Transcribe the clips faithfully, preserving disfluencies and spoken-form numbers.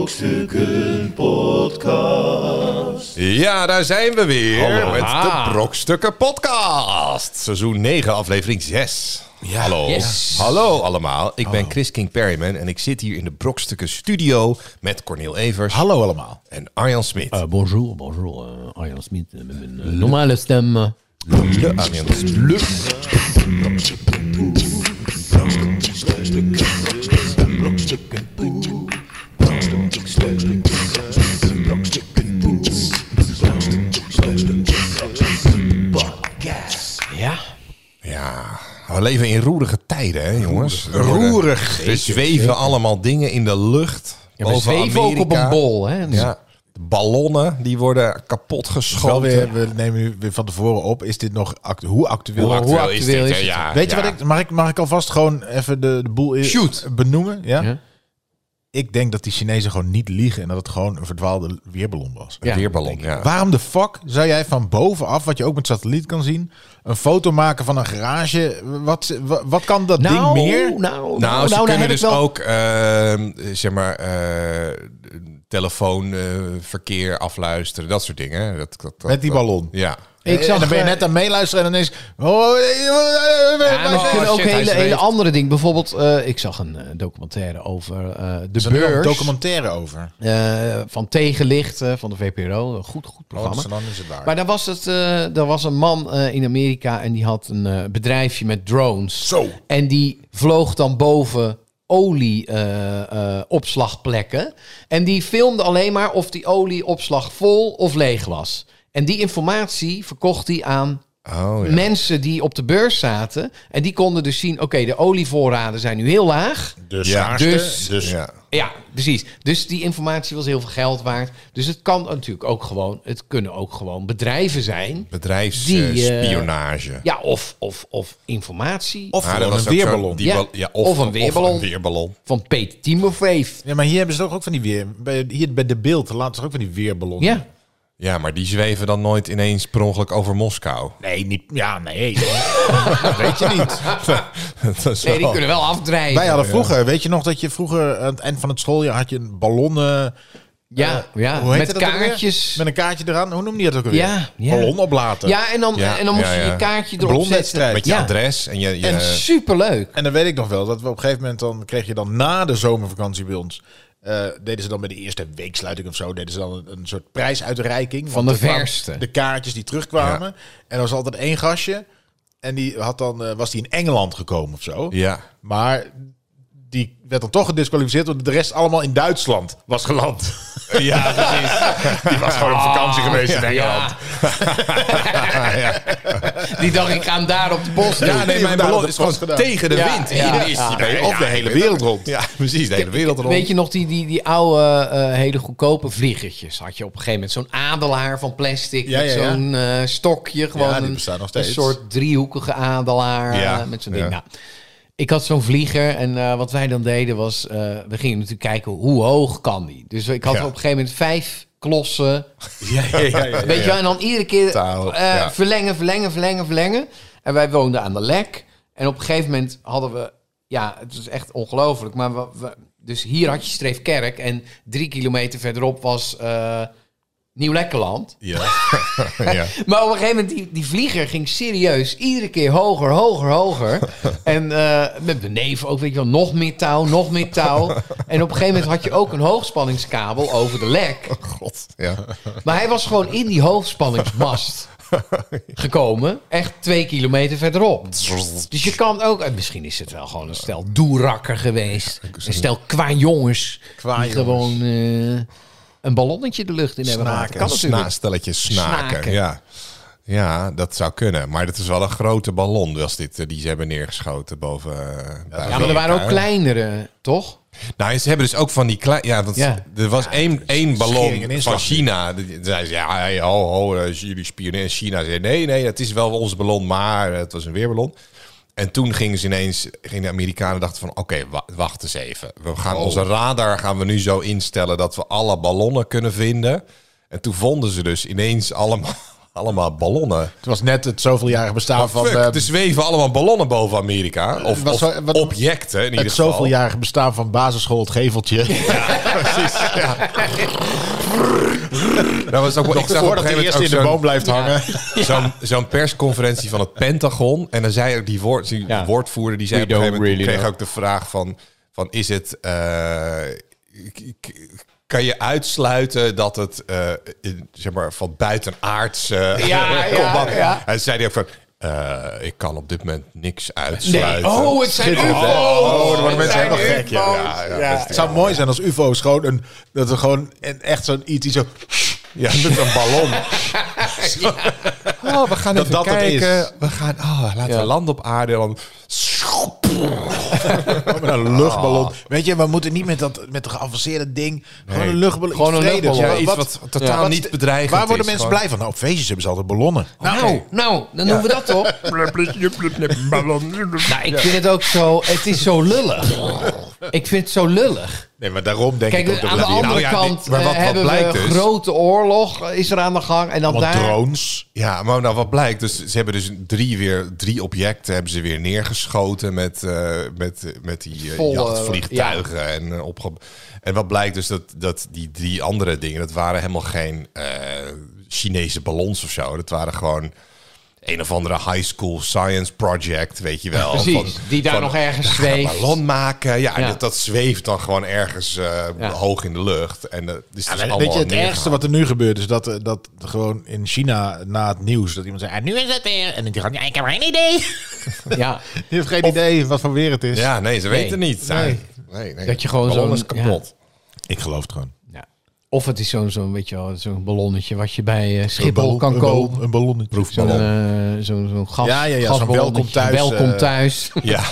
Brokstukken Podcast. Ja, daar zijn we weer Hallo. met Ah. de Brokstukken Podcast. Seizoen negen, aflevering zes. Ja, Hallo. yes. Hallo allemaal. Ik Hallo. ben Chris King Perryman en ik zit hier in de Brokstukken studio met Cornel Evers. Hallo allemaal. En Arjan Smit. Uh, bonjour, bonjour. Uh, Arjan Smit uh, met mijn uh, normale stem. Uh. Le Arjan Smit. Ja. Ja, we leven in roerige tijden, hè jongens. Er worden- Roerig. Er zweven allemaal dingen in de lucht. Ja, we boven zweven ook op Amerika. een bol. Hè? Dus Ja, de ballonnen die worden kapot Wel geschoten. weer, we nemen nu weer van tevoren op. Is dit nog act- hoe actueel? Hoe Actueel actueel is dit, is hè? het? Ja, Weet je ja. wat ik mag, ik mag ik alvast gewoon even de, de boel in- Shoot. benoemen? Ja? Ja. Ik denk dat die Chinezen gewoon niet liegen en dat het gewoon een verdwaalde weerballon was. Een Ja, weerballon, ja. Waarom de fuck zou jij van bovenaf, wat je ook met satelliet kan zien, een foto maken van een garage? Wat, wat, wat kan dat Nou, ding meer? nou, nou, Nou, ze nou, kunnen heb dus ik wel... ook, uh, zeg maar, uh, telefoonverkeer uh, afluisteren, dat soort dingen. Dat, dat, dat, Met die ballon. Ja. Ik En zag, dan ben je eh, net aan meeluisteren en ineens... Oh, Ja, maar ze Oh, kunnen ook shit, hij hele, is hele geweest. andere dingen. Bijvoorbeeld, uh, ik zag een uh, documentaire over uh, de er is een beurs documentaire over. uh, van Tegenlicht uh, van de V P R O. Een goed, goed Oh, programma. dus dan is het waar. Maar daar was, het, uh, er was een man uh, in Amerika en die had een uh, bedrijfje met drones. Zo. En die vloog dan boven olieopslagplekken. Uh, uh, en die filmde alleen maar of die olieopslag vol of leeg was. En die informatie verkocht hij aan Oh, ja. mensen die op de beurs zaten. En die konden dus zien, oké, okay, de olievoorraden zijn nu heel laag. De Ja, schaarste. dus- dus Ja. Ja, precies. Dus die informatie was heel veel geld waard. Dus het kan natuurlijk ook gewoon, het kunnen ook gewoon bedrijven zijn. Bedrijfsspionage. Ja, of, of, of informatie. Of Ah, gewoon dat was een ook zo- weerballon. die Ja. bal- ja, of, Of een weerballon. Of een weerballon. Van Peter Timofeef. Ja, maar hier hebben ze toch ook van die weer... Bij, hier bij de beeld laten ze ook van die weerballonnen. Ja. Ja, maar die zweven dan nooit ineens per ongeluk over Moskou. Nee, niet... Ja, nee. Dat weet je niet. Dat is Nee, die wel- kunnen wel afdrijven. Wij hadden vroeger... Weet je nog dat je vroeger aan het eind van het schooljaar had je een ballonnen... Ja, ja. Hoe heet met dat ook alweer? kaartjes. Met een kaartje eraan. Hoe noem je dat ook alweer? Ja, ja. Ballon oplaten. Ja, en dan, Ja, en dan moest ja, je ja. je kaartje erop Ballonwedstrijd. zetten. Met je Ja. adres en je... je En superleuk. En dan weet ik nog wel dat we op een gegeven moment... dan kreeg je dan na de zomervakantie bij ons... Uh, deden ze dan bij de eerste weeksluiting of zo... deden ze dan een, een soort prijsuitreiking. Van Want de er kwamen verste. De kaartjes die terugkwamen. Ja. En er was altijd één gastje. En die had dan, uh, was die in Engeland gekomen of zo. Ja. Maar die werd dan toch gedisqualificeerd... omdat de rest allemaal in Duitsland was geland. Ja, precies. Die was gewoon op vakantie geweest in Ja. Engeland. Die dacht, ik ga hem daar op de bos doen. Ja, nee, mijn Daar ballon had is het gewoon pas gedaan. tegen de Ja, wind. En ja, iedereen is ja. hiermee. Of de hele wereld rond. Ja, precies. De hele wereld rond. Weet je nog, die, die, die oude, uh, hele goedkope vliegertjes had je op een gegeven moment. Zo'n adelaar van plastic Ja, met ja, ja. zo'n uh, stokje. Gewoon Ja, die een, bestaan nog een steeds. soort driehoekige adelaar Ja, uh, met zo'n ja. ding. Nou, ik had zo'n vlieger en uh, wat wij dan deden was... Uh, we gingen natuurlijk kijken, hoe hoog kan die? Dus ik had Ja. op een gegeven moment vijf klossen. Ja, ja, ja, ja. Weet je wel, en dan iedere keer Touw, uh, ja. verlengen, verlengen, verlengen, verlengen. En wij woonden aan de Lek. En op een gegeven moment hadden we... Ja, het was echt ongelooflijk. Maar we, we, dus hier had je Streefkerk. En drie kilometer verderop was uh, Nieuw-Lekkerland. Ja. Ja. Maar op een gegeven moment, die, die vlieger ging serieus iedere keer hoger, hoger, hoger. En uh, met mijn neef ook, weet je wel, nog meer touw, nog meer touw. En op een gegeven moment had je ook een hoogspanningskabel over de Lek. God, ja. Maar hij was gewoon in die hoogspanningsmast gekomen. Echt twee kilometer verderop. Dus je kan ook... en misschien is het wel gewoon een stel doerakker geweest. Een stel qua jongens. Qua die jongens. gewoon uh, een ballonnetje de lucht in hebben gehad. Snaken. Kan natuurlijk. Sna stelletje snaken. Snaken. Ja. Ja, dat zou kunnen. Maar dat is wel een grote ballon, was dit, eh, die ze hebben neergeschoten boven. eh, Ja, maar er waren ook kleinere, toch? Nou, ze hebben dus ook van die kleine... Ja, want Ja. er was één, één schering ballon en van inslag. China. Die zei ze, ja, hey, ho, ho, eh, jullie spioneren. En China zei, nee, nee, het is wel onze ballon, maar het was een weerballon. En toen gingen ze ineens, gingen de Amerikanen dachten van, oké, okay, wa- wacht eens even. We gaan Oh. onze radar gaan we nu zo instellen dat we alle ballonnen kunnen vinden. En toen vonden ze dus ineens allemaal, allemaal ballonnen. Het was net het zoveeljarig bestaan Oh, van... fuck, Uh, er zweven allemaal ballonnen boven Amerika. Of, was of zo- wat- objecten in ieder het geval. zoveeljarig bestaan van basisschool Het Geveltje. Precies, ja. Dat was ook wel, ik zag op een Voordat de gegeven eerste in moment de ook boom blijft hangen. zo'n zo'n zo'n persconferentie van het Pentagon. En dan zei er die, woord, die Ja. woordvoerder, die zei We op een gegeven don't moment, really kreeg ook de vraag van, van is het... eh, k- k- kan je uitsluiten dat het eh, in, zeg maar, van buitenaards uh, Ja, ja, ja. En zei hij ook van... eh, ik kan op dit moment niks Nee. uitsluiten. Oh, het zijn Schitterend, hè? ufo's! Oh, dan worden mensen Het zijn helemaal gek, ja. ufo's. Ja, ja, Ja. best- Het zou mooi zijn als U F O's gewoon een... Dat er gewoon een, echt zo'n iets die zo... Ja, met een ballon. Oh, we gaan Dat even dat het kijken. is. We gaan, oh, laten Ja. we landen op aarde. Dan... Met een luchtballon. Weet je, we moeten niet met dat met een geavanceerde ding. Gewoon een luchtballon. Gewoon iets een vredeligs. luchtballon. Ja, Wat- iets wat totaal wat- niet bedreigend Waar worden is, mensen gewoon. blij van? Nou, op feestjes hebben ze altijd ballonnen. Nou, nou, dan doen we dat toch? Nou, ik vind het ook zo... Het is zo lullig. Ik vind het zo lullig. Nee, maar daarom denk Kijk, ik ook dat aan de we hier- andere Nou ja, kant die- maar wat- eh, wat hebben blijkt we dus- grote oorlog eh, is er aan de gang. En dan allemaal daar... drones. Ja, maar nou, wat blijkt? Dus ze hebben dus drie, weer, drie objecten hebben ze weer neergeschoten met, eh, met, met die eh, Vol, eh, jachtvliegtuigen. En, eh, opge- en wat blijkt dus dat, dat die drie andere dingen, dat waren helemaal geen eh, Chinese ballons of zo. Dat waren gewoon een of andere high school science project, weet je wel. Precies, Van- die daar van, nog ergens we gaan een zweeft. ballon maken. Ja, en Ja. Dat, dat zweeft dan gewoon ergens eh, Ja. hoog in de lucht. En uh, dus Ja, het is weet allemaal je, het neergehaald. ergste wat er nu gebeurt is dat, eh, dat gewoon in China na het nieuws dat iemand zei, ah, nu is het weer. En dan die gaat, ja, ik heb geen idee. Ja, Je hebt geen idee wat voor weer het is. Ja, nee, ze Nee. weten niet. Nee. Nee, nee. Dat je gewoon Ballon zo'n- is kapot. Ik geloof het gewoon. ja. Of het is zo'n, zo'n, weet je wel, zo'n ballonnetje wat je bij eh, Schiphol kan een kopen. ballon, een ballonnetje. Zo'n, eh, zo'n, zo'n gas, Ja, ja, ja, zo'n gasballonnetje. welkom thuis, Welkom eh, thuis. Ja.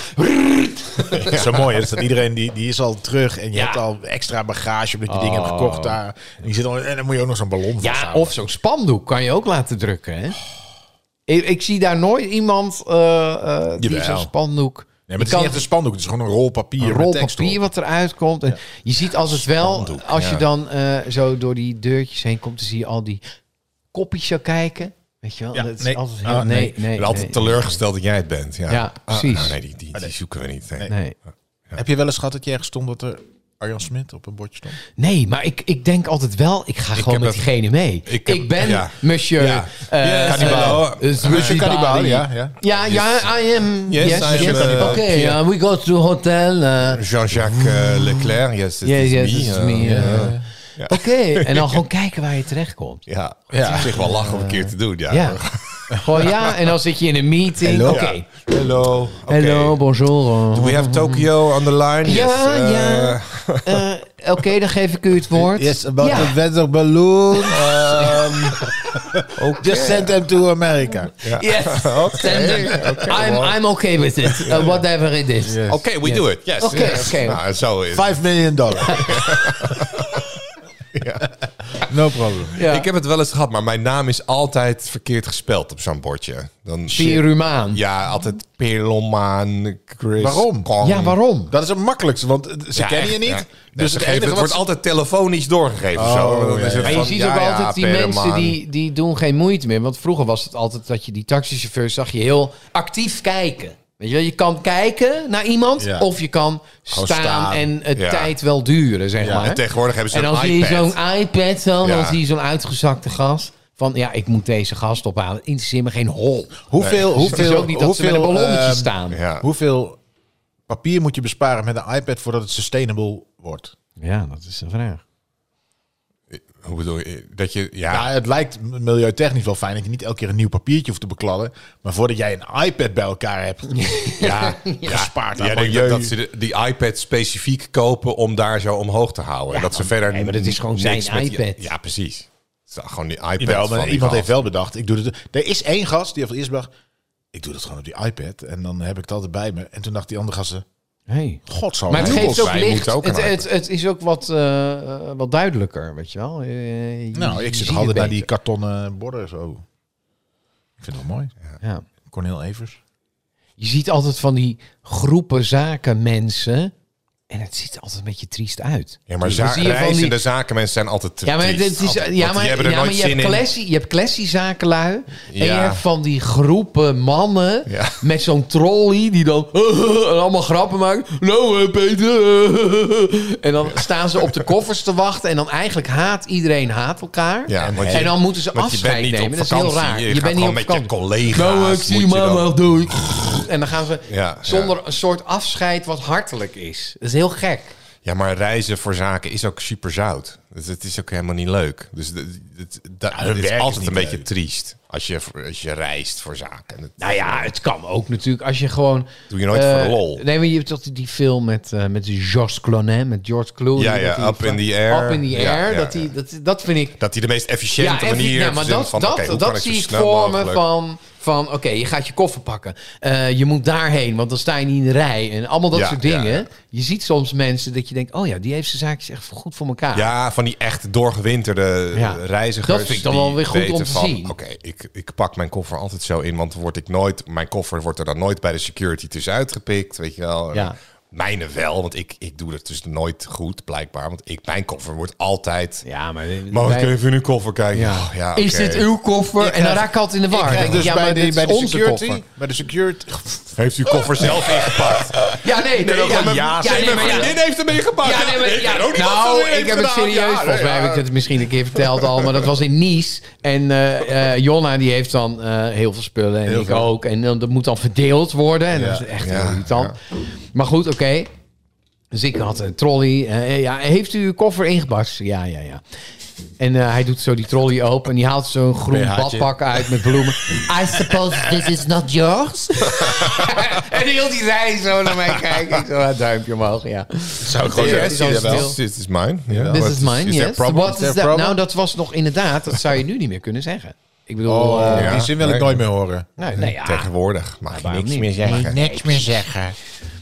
Zo mooi is dat iedereen die, die is al terug en je Ja. hebt al extra bagage omdat je dingen hebt Oh. gekocht daar. En, je zit al, en dan moet je ook nog zo'n ballon Ja, vasthouden. of zo'n spandoek kan je ook laten drukken. Hè? Ik, ik zie daar nooit iemand eh, eh, die Jawel. zo'n spandoek... Nee, maar het is niet echt een spandoek, het is gewoon een rol papier. een met rol tekst papier op. wat eruit komt. En je ziet altijd wel, Spandoek, als ja. je dan eh, zo door die deurtjes heen komt, dan zie je al die kopjes zo kijken. Weet je wel? Ja, dat is nee. altijd Ah, heel, nee. nee, Ik nee. ben altijd nee. teleurgesteld dat jij het bent. Ja, Ja, Ah, precies. nou, nee, die, die, die zoeken we niet. Nee. Nee. Heb je wel eens gehad dat je ergens stond dat er Arjan Smit op een bordje stond? Nee, maar ik, ik denk altijd wel, ik ga gewoon heb met dat- diegene mee. ik Ik, heb- ben ja. monsieur... Ja. eh, Yes, Cannibal. hello. Eh, Monsieur Bali. Cannibal, ja. ja. Ja, ja, I am... Yes, Yes, I am, yes. uh, Oké, Pierre. yeah, we go to hotel. uh, Jean-Jacques uh, Leclerc, yes, it yes, is yes, me. it's uh, me. uh, ja. Ja. Oké, en dan gewoon kijken waar je terechtkomt. Ja, Ja. het is op zich wel lachen om een keer te doen. Ja. Ja. Gewoon ja, en dan zit je in een meeting. Hello. Oké. Ja. Hello. Oké. Hello, bonjour. Do we have Tokyo on the line? Ja, yes. uh, ja. Eh, Oké, dan geef ik u het woord. Yes, about Ja. the weather balloon. Um, Just send them to America. Yes. Send them. I'm, I'm okay with it. Uh, whatever it is. Yes. Oké, we do it. Yes. Oké, yes. oké. Nou, zo is Five million dollar. No problem. Ja. Ik heb het wel eens gehad, maar mijn naam is altijd verkeerd gespeld op zo'n bordje. Dan Pirumaan. Ja, altijd Perlomaan, Chris. Waarom? Kong. Ja, waarom? Dat is het makkelijkste, want eh, ze Ja, kennen je echt, niet. ja. Dus Ze het geven- enige het wat wordt ze- altijd telefonisch doorgegeven. Oh, zo. Dan ja, is het ja. Maar je van, ziet ja, ook ja, altijd die Perlomaan. mensen die, die doen geen moeite meer. Want vroeger was het altijd dat je die taxichauffeurs zag je heel actief kijken. Weet je, wel, je kan kijken naar iemand Ja. of je kan Gewoon staan, staan. en het Ja. tijd wel duren, zeg Ja, maar. En tegenwoordig hebben ze En een dan zie je iPad. zo'n iPad zo, dan Ja. zie je zo'n uitgezakte gast. Van ja, ik moet deze gast ophalen. Interesseert me geen hol. Hoeveel, Het is hoeveel, ook niet dat ze met een hoeveel, ballonnetje ehm, staan. Ja. hoeveel papier moet je besparen met een iPad voordat het sustainable wordt? Ja, dat is de vraag. Hoe bedoel je? Dat je, ja, Ja, het lijkt milieutechnisch wel fijn dat je niet elke keer een nieuw papiertje hoeft te bekladden. Maar voordat jij een iPad bij elkaar hebt ja, gespaard aan ja, denk milieu. dat, dat ze de- die iPad specifiek kopen om daar zo omhoog te houden. en dat ze verder nee, maar dat is gewoon niks zijn met die- iPad. ja, precies. Het is gewoon die iPad Jawel, van maar die iemand gast. heeft wel bedacht, ik doe het. Er is één gast die heeft eerst bedacht, ik doe dat gewoon op die iPad. En dan heb ik het altijd bij me. En toen dacht die andere gasten, Hey. godzal. Maar het Jubels, geeft ook wij licht. moeten ook een het, het, iPad. het is ook wat, eh, eh, wat duidelijker, weet je wel. Eh, je- Nou, je ik zit ziet altijd het naar die beter. kartonnen borden zo. Ik vind het wel mooi. Ja. Cornel Evers. Je ziet altijd van die groepen zaken mensen En het ziet er altijd een beetje triest uit. Ja, maar Dus za- dan zie je van reizende die- zakenmensen zijn altijd te Ja, maar, triest. dit is, Altijd. ja, Want maar, die hebben er ja, nooit maar je, zin hebt in. classy, je hebt classy zakenlui. En je Ja. hebt van die groepen mannen Ja. met zo'n trolley die dan en allemaal grappen maken. Nou, eh, Peter. En dan staan ze op de koffers te wachten. En dan eigenlijk haat iedereen haat elkaar. Ja, en, want je- dan moeten ze want je bent afscheid niet op nemen. Dat is heel vakantie. raar. Je Je, gaat bent niet gewoon op met je vakantie. collega's, Nou, ik zie moet je mama dan- doei. En dan gaan ze Ja, zonder ja. een soort afscheid wat hartelijk is. Dat is heel gek. Ja, maar reizen voor zaken is ook super zout. Dus het is ook helemaal niet leuk. Dus het, het, dat, hun het is werk is altijd niet een beetje leuk. triest als je, als je reist voor zaken. Dat Nou ja, het kan ook natuurlijk als je gewoon... doe je nooit eh, voor de lol. Nee, maar je hebt toch die film met, uh, met Georges Clooney, met George Clooney. Ja, ja, dat hij Up in the Air. Up in the Ja, Air. ja, dat, ja. die, dat, dat vind ik... Dat hij de meest efficiënte effi- manier ja, maar verzint dat, van, dat, oké, hoe dat kan ik zie zo ik snel voor me mogelijk- van... Van, oké, je gaat je koffer pakken. Uh, je moet daarheen, want dan sta je niet in de rij. En allemaal dat Ja, soort ja, dingen. ja. Je ziet soms mensen dat je denkt... Oh ja, die heeft zijn zaakjes echt goed voor elkaar. Ja, van die echt doorgewinterde Ja. reizigers. Dat vind ik dan wel die weer goed weten om te van, zien. Oké, ik, ik pak mijn koffer altijd zo in, want word ik nooit, mijn koffer wordt er dan nooit bij de security tussenuit gepikt, weet je wel. Ja. Mijne wel, want ik, ik doe het dus nooit goed, blijkbaar. Want ik, mijn koffer wordt altijd... Ja, maar... Mag wij- ik even in uw koffer kijken? Ja. Oh, ja, Is oké. dit uw koffer? En dan raak ik altijd in de war. Ik krijg Dan dus denk ik, ja, bij, maar de, dit bij is de onze security... koffer. Bij de security... Heeft u koffer zelf ingepakt? Ja, nee, nee, Nee, ja, mijn- ja, nee, nee, mijn maar ja. vriendin heeft hem ingepakt. Ja, nee, maar, Ik ja, weet ook niet wat nou, ze erin ik heb het heeft gedaan. serieus. Ja, Volgens mij nee, heb ik het misschien een keer verteld al. Maar dat was in Nice. En eh, eh, Jonna die heeft dan eh, heel veel spullen. En Heel ik veel. ook. En dan, dat moet dan verdeeld worden. En Ja. dat is echt Ja, heel irritant. Maar goed, oké. Dus ik had een trolley. Eh, ja, heeft u uw koffer ingepakt? Ja, ja, ja. En uh, hij doet zo die trolley open. En die haalt zo'n groen B H'tje. badpak uit met bloemen. I suppose this is not yours? En heel die rij zo naar mij kijken. Ik zo, ah, duimpje omhoog, ja. Zou ik gewoon Ja, zeggen, het is zie je al wel? stil. This is mine. Ja. This What is mine, is there yes. problem? What Is is there that? problem? Nou, dat was nog inderdaad, dat zou je nu niet meer kunnen zeggen. Ik bedoel, Oh, eh, ja. die zin wil ik Nee. nooit meer horen. nee, nee, ja. Tegenwoordig mag je waarom niks niet? meer zeggen. Niks meer zeggen.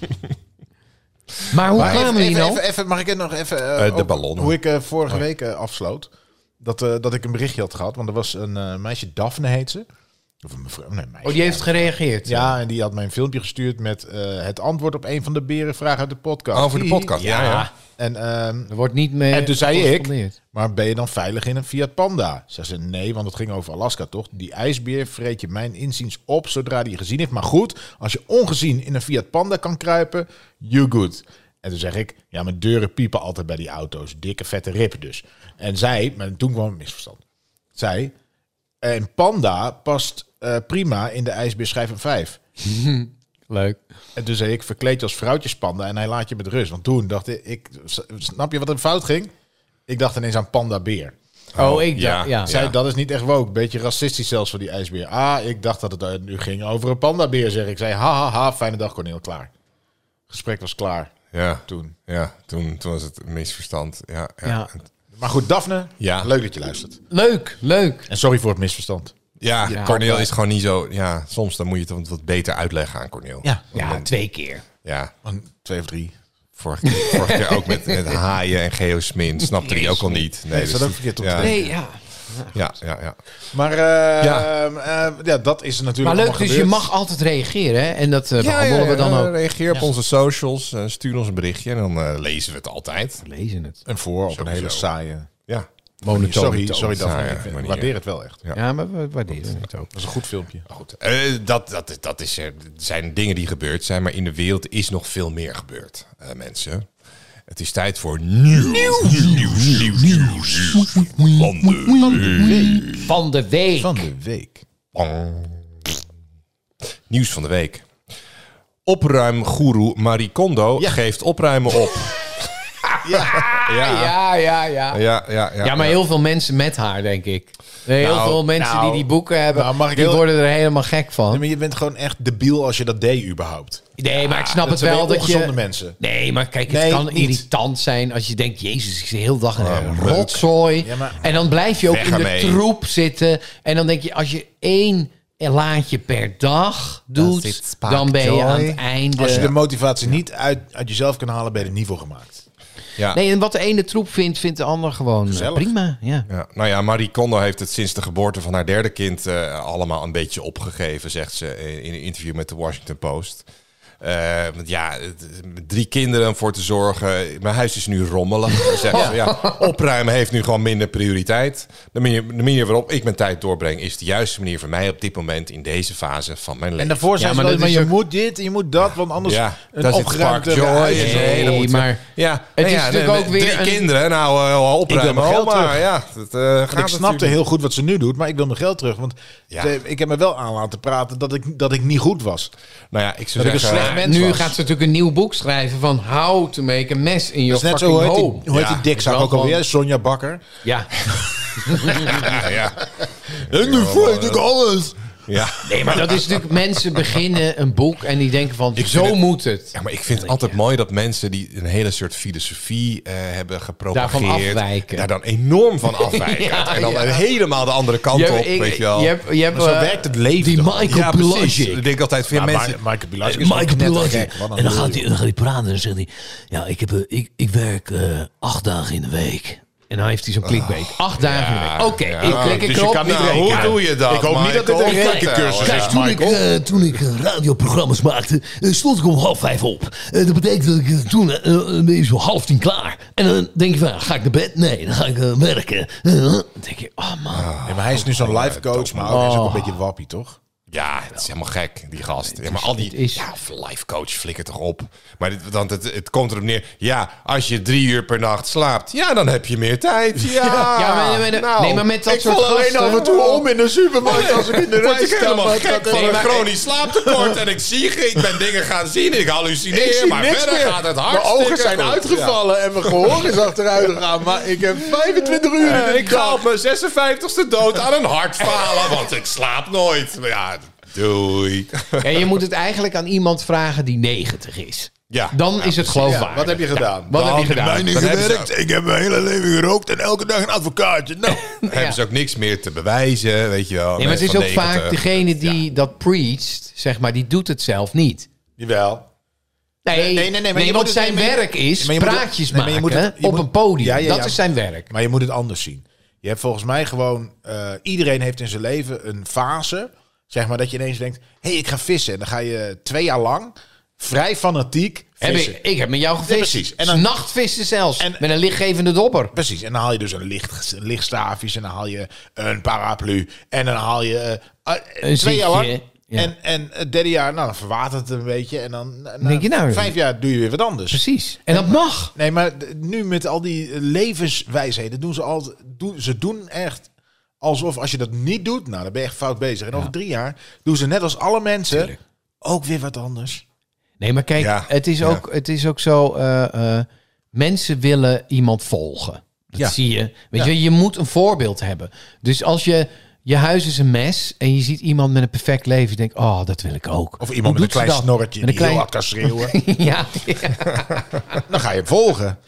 Maar hoe Maar kwamen even, we hier even, nou? even, even- mag ik het nog even... eh, Eh, de over ballonnen. Hoe ik eh, vorige week eh, afsloot. Dat, eh, dat ik een berichtje had gehad. Want er was een eh, meisje, Daphne heet ze. Of een mevrouw, nee, meisje. Oh, die heeft gereageerd. Ja, en die had mij een filmpje gestuurd met eh, het antwoord op een van de berenvragen uit de podcast. Over de podcast, ja, ja. En, ehm, Er wordt niet mee en toen zei ik, gecorrespondeerd. maar ben je dan veilig in een Fiat Panda? Ze zei nee, want het ging over Alaska toch? Die ijsbeer vreet je mijn inziens op zodra die je gezien heeft. Maar goed, als je ongezien in een Fiat Panda kan kruipen, you good. En toen zeg ik, ja, mijn deuren piepen altijd bij die auto's. Dikke vette rip dus. En zij, maar toen kwam een misverstand. Zij, een panda past eh, prima in de ijsbeer schijf een vijf. Leuk. En toen zei ik, verkleed je als vrouwtjespanda en hij laat je met rust. Want toen dacht ik, ik, snap je wat er fout ging? Ik dacht ineens aan panda beer. Oh, ik ja. dacht, ja. Zij, dat is niet echt woke. Beetje racistisch zelfs voor die ijsbeer. Ah, ik dacht dat het uh, nu ging over een pandabeer, zeg ik. Zei, ha, ha, ha, fijne dag, Cornel, klaar. Gesprek was klaar Ja, toen. ja toen, toen was het een misverstand. Ja, ja. Ja. Maar goed, Daphne, Ja. leuk dat je luistert. Leuk, leuk. En sorry voor het misverstand. Ja, Ja. Cornel is gewoon niet zo... Ja, soms dan moet je het wat beter uitleggen aan Cornel. Ja. Ja, twee keer. Ja, Een, twee of drie. vorige keer, vorige keer ook met, met haaien en geosmin. Snapte hij ook al niet. Nee, dus staat ook die- verkeerd op ja, twee. Nee, ja. ja, ja, ja. Maar eh, Ja. ja. ja, dat is natuurlijk Maar leuk, allemaal dus je gebeurd. mag altijd reageren, hè? En dat eh, Ja, behandelen ja, we dan ja, ook. Reageer op onze socials. eh, stuur ons een berichtje en dan eh, lezen we het altijd. We lezen het. En voor op een Sowieso. hele saaie... Ja, Monotone Sorry, toon. sorry Daphne. Saaie Ik vind- manier. waardeer het wel echt. Ja. Ja, maar we waarderen het ook. Dat is een goed filmpje. goed. Eh, dat, dat, dat is, er zijn dingen die gebeurd zijn, maar in de wereld is nog veel meer gebeurd, eh, mensen. Het is tijd voor nieuws. Nieuws, nieuws, nieuws, nieuws. Van de week. Van de week. Van de week. Nieuws van de week. Opruimgoeroe Marie Kondo Ja. geeft opruimen op. Ja. Ja, Ja, ja, ja. ja, ja. Ja, maar heel veel mensen met haar, denk ik. Heel Nou, veel mensen nou, die die boeken hebben, nou, mag ik die heel- worden er helemaal gek Nee, van. maar je bent gewoon echt debiel als je dat deed überhaupt. Nee, maar ik snap Dat het zijn wel dat ongezonde je... mensen. Nee, maar kijk, het Nee, kan niet. irritant zijn als je denkt... Jezus, ik zit de hele dag in een leuk. rotzooi. Ja, maar- En dan blijf je ook Weg in de ermee. troep zitten. En dan denk je, als je één laadje per dag doet... it spark dan ben je joy? aan het einde... Als je de motivatie niet uit, uit jezelf kan halen, ben je er niet voor gemaakt. Ja. Nee, en wat de ene troep vindt, vindt de ander gewoon eh, Gezellig. prima. Ja. Ja, nou ja, Marie Kondo heeft het sinds de geboorte van haar derde kind eh, allemaal een beetje opgegeven, zegt ze in een interview met de Washington Post. Uh, want ja, het, met drie kinderen om voor te zorgen. Mijn huis is nu rommelig. Zeg, ja. Ja, opruimen heeft nu gewoon minder prioriteit. De manier, de manier waarop ik mijn tijd doorbreng is de juiste manier voor mij op dit moment in deze fase van mijn leven. En daarvoor zijn ja, ze maar, wel, maar je ook... moet dit en je moet dat, want anders ja, een opgeruimde huis. Nee, nee, nee, nee maar ja, het nee, is ja, natuurlijk nee, ook weer drie een... kinderen. Nou, uh, opruimen. Ik wil mijn geld maar terug. ja, dat, uh, gaat ik snapte heel goed wat ze nu doet, maar ik wil mijn geld terug. Want ja. ze, ik heb me wel aan laten praten dat ik, dat ik niet goed was. Nou ja, ik zou dat zeggen... ik een slecht mens nu was. gaat ze natuurlijk een nieuw boek schrijven van How to make a mess in your Dat is net fucking zo, hoe heet home. die, hoe heet Ja. die dikzak ook alweer? Sonja Bakker. Ja. ja, ja. En nu weet ik alles. Ja. Nee, maar dat is natuurlijk... Mensen beginnen een boek en die denken van, zo het- moet het. Ja, maar ik vind het altijd mooi dat mensen die een hele soort filosofie uh, hebben gepropageerd... Daarvan afwijken. Daar dan enorm van afwijken. Ja, en dan ja. helemaal de andere kant Je- op, ik- weet je wel. Je hebt, je hebt, Maar zo eh, werkt het leven Die toch? Michael ja, precies. Pilagic. Ik denk altijd, veel Ja, mensen... Ma- Michael Pilagic Eh, is Michael net Pilagic. gek. Wat een En dan gaat, lul. hij, dan gaat hij praten en dan zegt hij... Ja, ik, heb, eh, ik, ik werk eh, acht dagen in de week. En dan heeft hij zo'n klikbeet. Acht dagen in de week. Oké, ja. ik klik Dus ik je erop. kan niet Nou, rekenen. hoe doe je dat, Ik hoop niet dat dit Michael? een rekencursus Vertel. is, Kijk, toen ik, Michael. eh, toen ik eh, radioprogramma's maakte, eh, stond ik om half vijf op. Eh, dat betekent dat ik eh, toen eh, eh, ben je zo half tien klaar. En dan denk je van, ga ik naar bed? Nee, dan ga ik eh, werken. Eh, dan denk je, oh man. Nee, maar hij is nu zo'n life coach, maar ook, hij is ook een beetje wappie, toch? Ja, het is helemaal gek, die gast. Ja, maar al die... het is- Ja, life coach, flikker toch op. Maar dit, want het, het komt erop neer... Ja, als je drie uur per nacht slaapt... Ja, dan heb je meer tijd. Ja, Ja, maar, maar- nou, nee, maar met dat Ik soort val alleen gasten... af en toe om in de supermarkt als ik in de Word rij ik sta. helemaal maar gek dat- van Nee, een maar- chronisch slaaptekort. En ik zie, ik ben dingen gaan zien. Ik hallucineer. Ik zie maar niks verder meer. gaat het Mijn hartstikke ogen zijn goed. uitgevallen en mijn gehoor is achteruit gegaan. Maar ik heb vijfentwintig uur Ja. in de Ik ga dag. op mijn zesenvijftigste dood aan een hartfalen. Want ik slaap nooit. Maar ja, doei. Ja, je moet het eigenlijk aan iemand vragen die negentig is. Ja. Dan Ja, is het precies. geloofwaardig. Ja, wat heb je gedaan? Wat Dan heb je gedaan? mij niet Dan hebben ze- Ik heb mijn hele leven gerookt en elke dag een advocaatje. Nou. Dan hebben ze ook niks meer te bewijzen, weet je wel. Nee, maar het is Mensen ook van vaak negentig. degene die Ja. dat preacht, zeg maar, die doet het zelf niet. Jawel. Nee, Nee, nee, nee, maar je want moet het- zijn nee, maar je- werk is maar je moet het- praatjes nee, maar je maken moet het- je op moet- een podium. Ja, ja, Dat ja. is zijn werk. Maar je moet het anders zien. Je hebt volgens mij gewoon... uh, iedereen heeft in zijn leven een fase. Zeg maar dat je ineens denkt... Hé, hey, ik ga vissen. En dan ga je twee jaar lang... vrij fanatiek Heb vissen. ik, ik heb met jou gevist. Ja, precies. En dan- Nachtvissen zelfs. En- met een lichtgevende dopper. Precies. En dan haal je dus een, licht, een lichtstaafjes. En dan haal je een paraplu. En dan haal je... uh, uh, Een twee jaar zitje, lang... ja. En, en het derde jaar, nou, dan verwatert het een beetje. En dan na, na denk je nou, vijf jaar doe je weer wat anders. Precies. En dat mag. Nee, maar d- nu met al die levenswijsheden doen ze altijd... Doen, ze doen echt alsof als je dat niet doet... Nou, dan ben je echt fout bezig. En over drie jaar doen ze net als alle mensen... Tuurlijk. ook weer wat anders. Nee, maar kijk, Ja, het, is ja. ook, het is ook zo... eh, eh, mensen willen iemand volgen. Dat Ja. zie je. Weet Ja. je, je moet een voorbeeld hebben. Dus als je... Je huis is een mes en je ziet iemand met een perfect leven. Je denkt, oh, dat wil ik ook. Of Hoe iemand met een doet ze klein dat? snorretje Met een die heel klein... hard kan schreeuwen. ja, ja. Dan ga je hem volgen.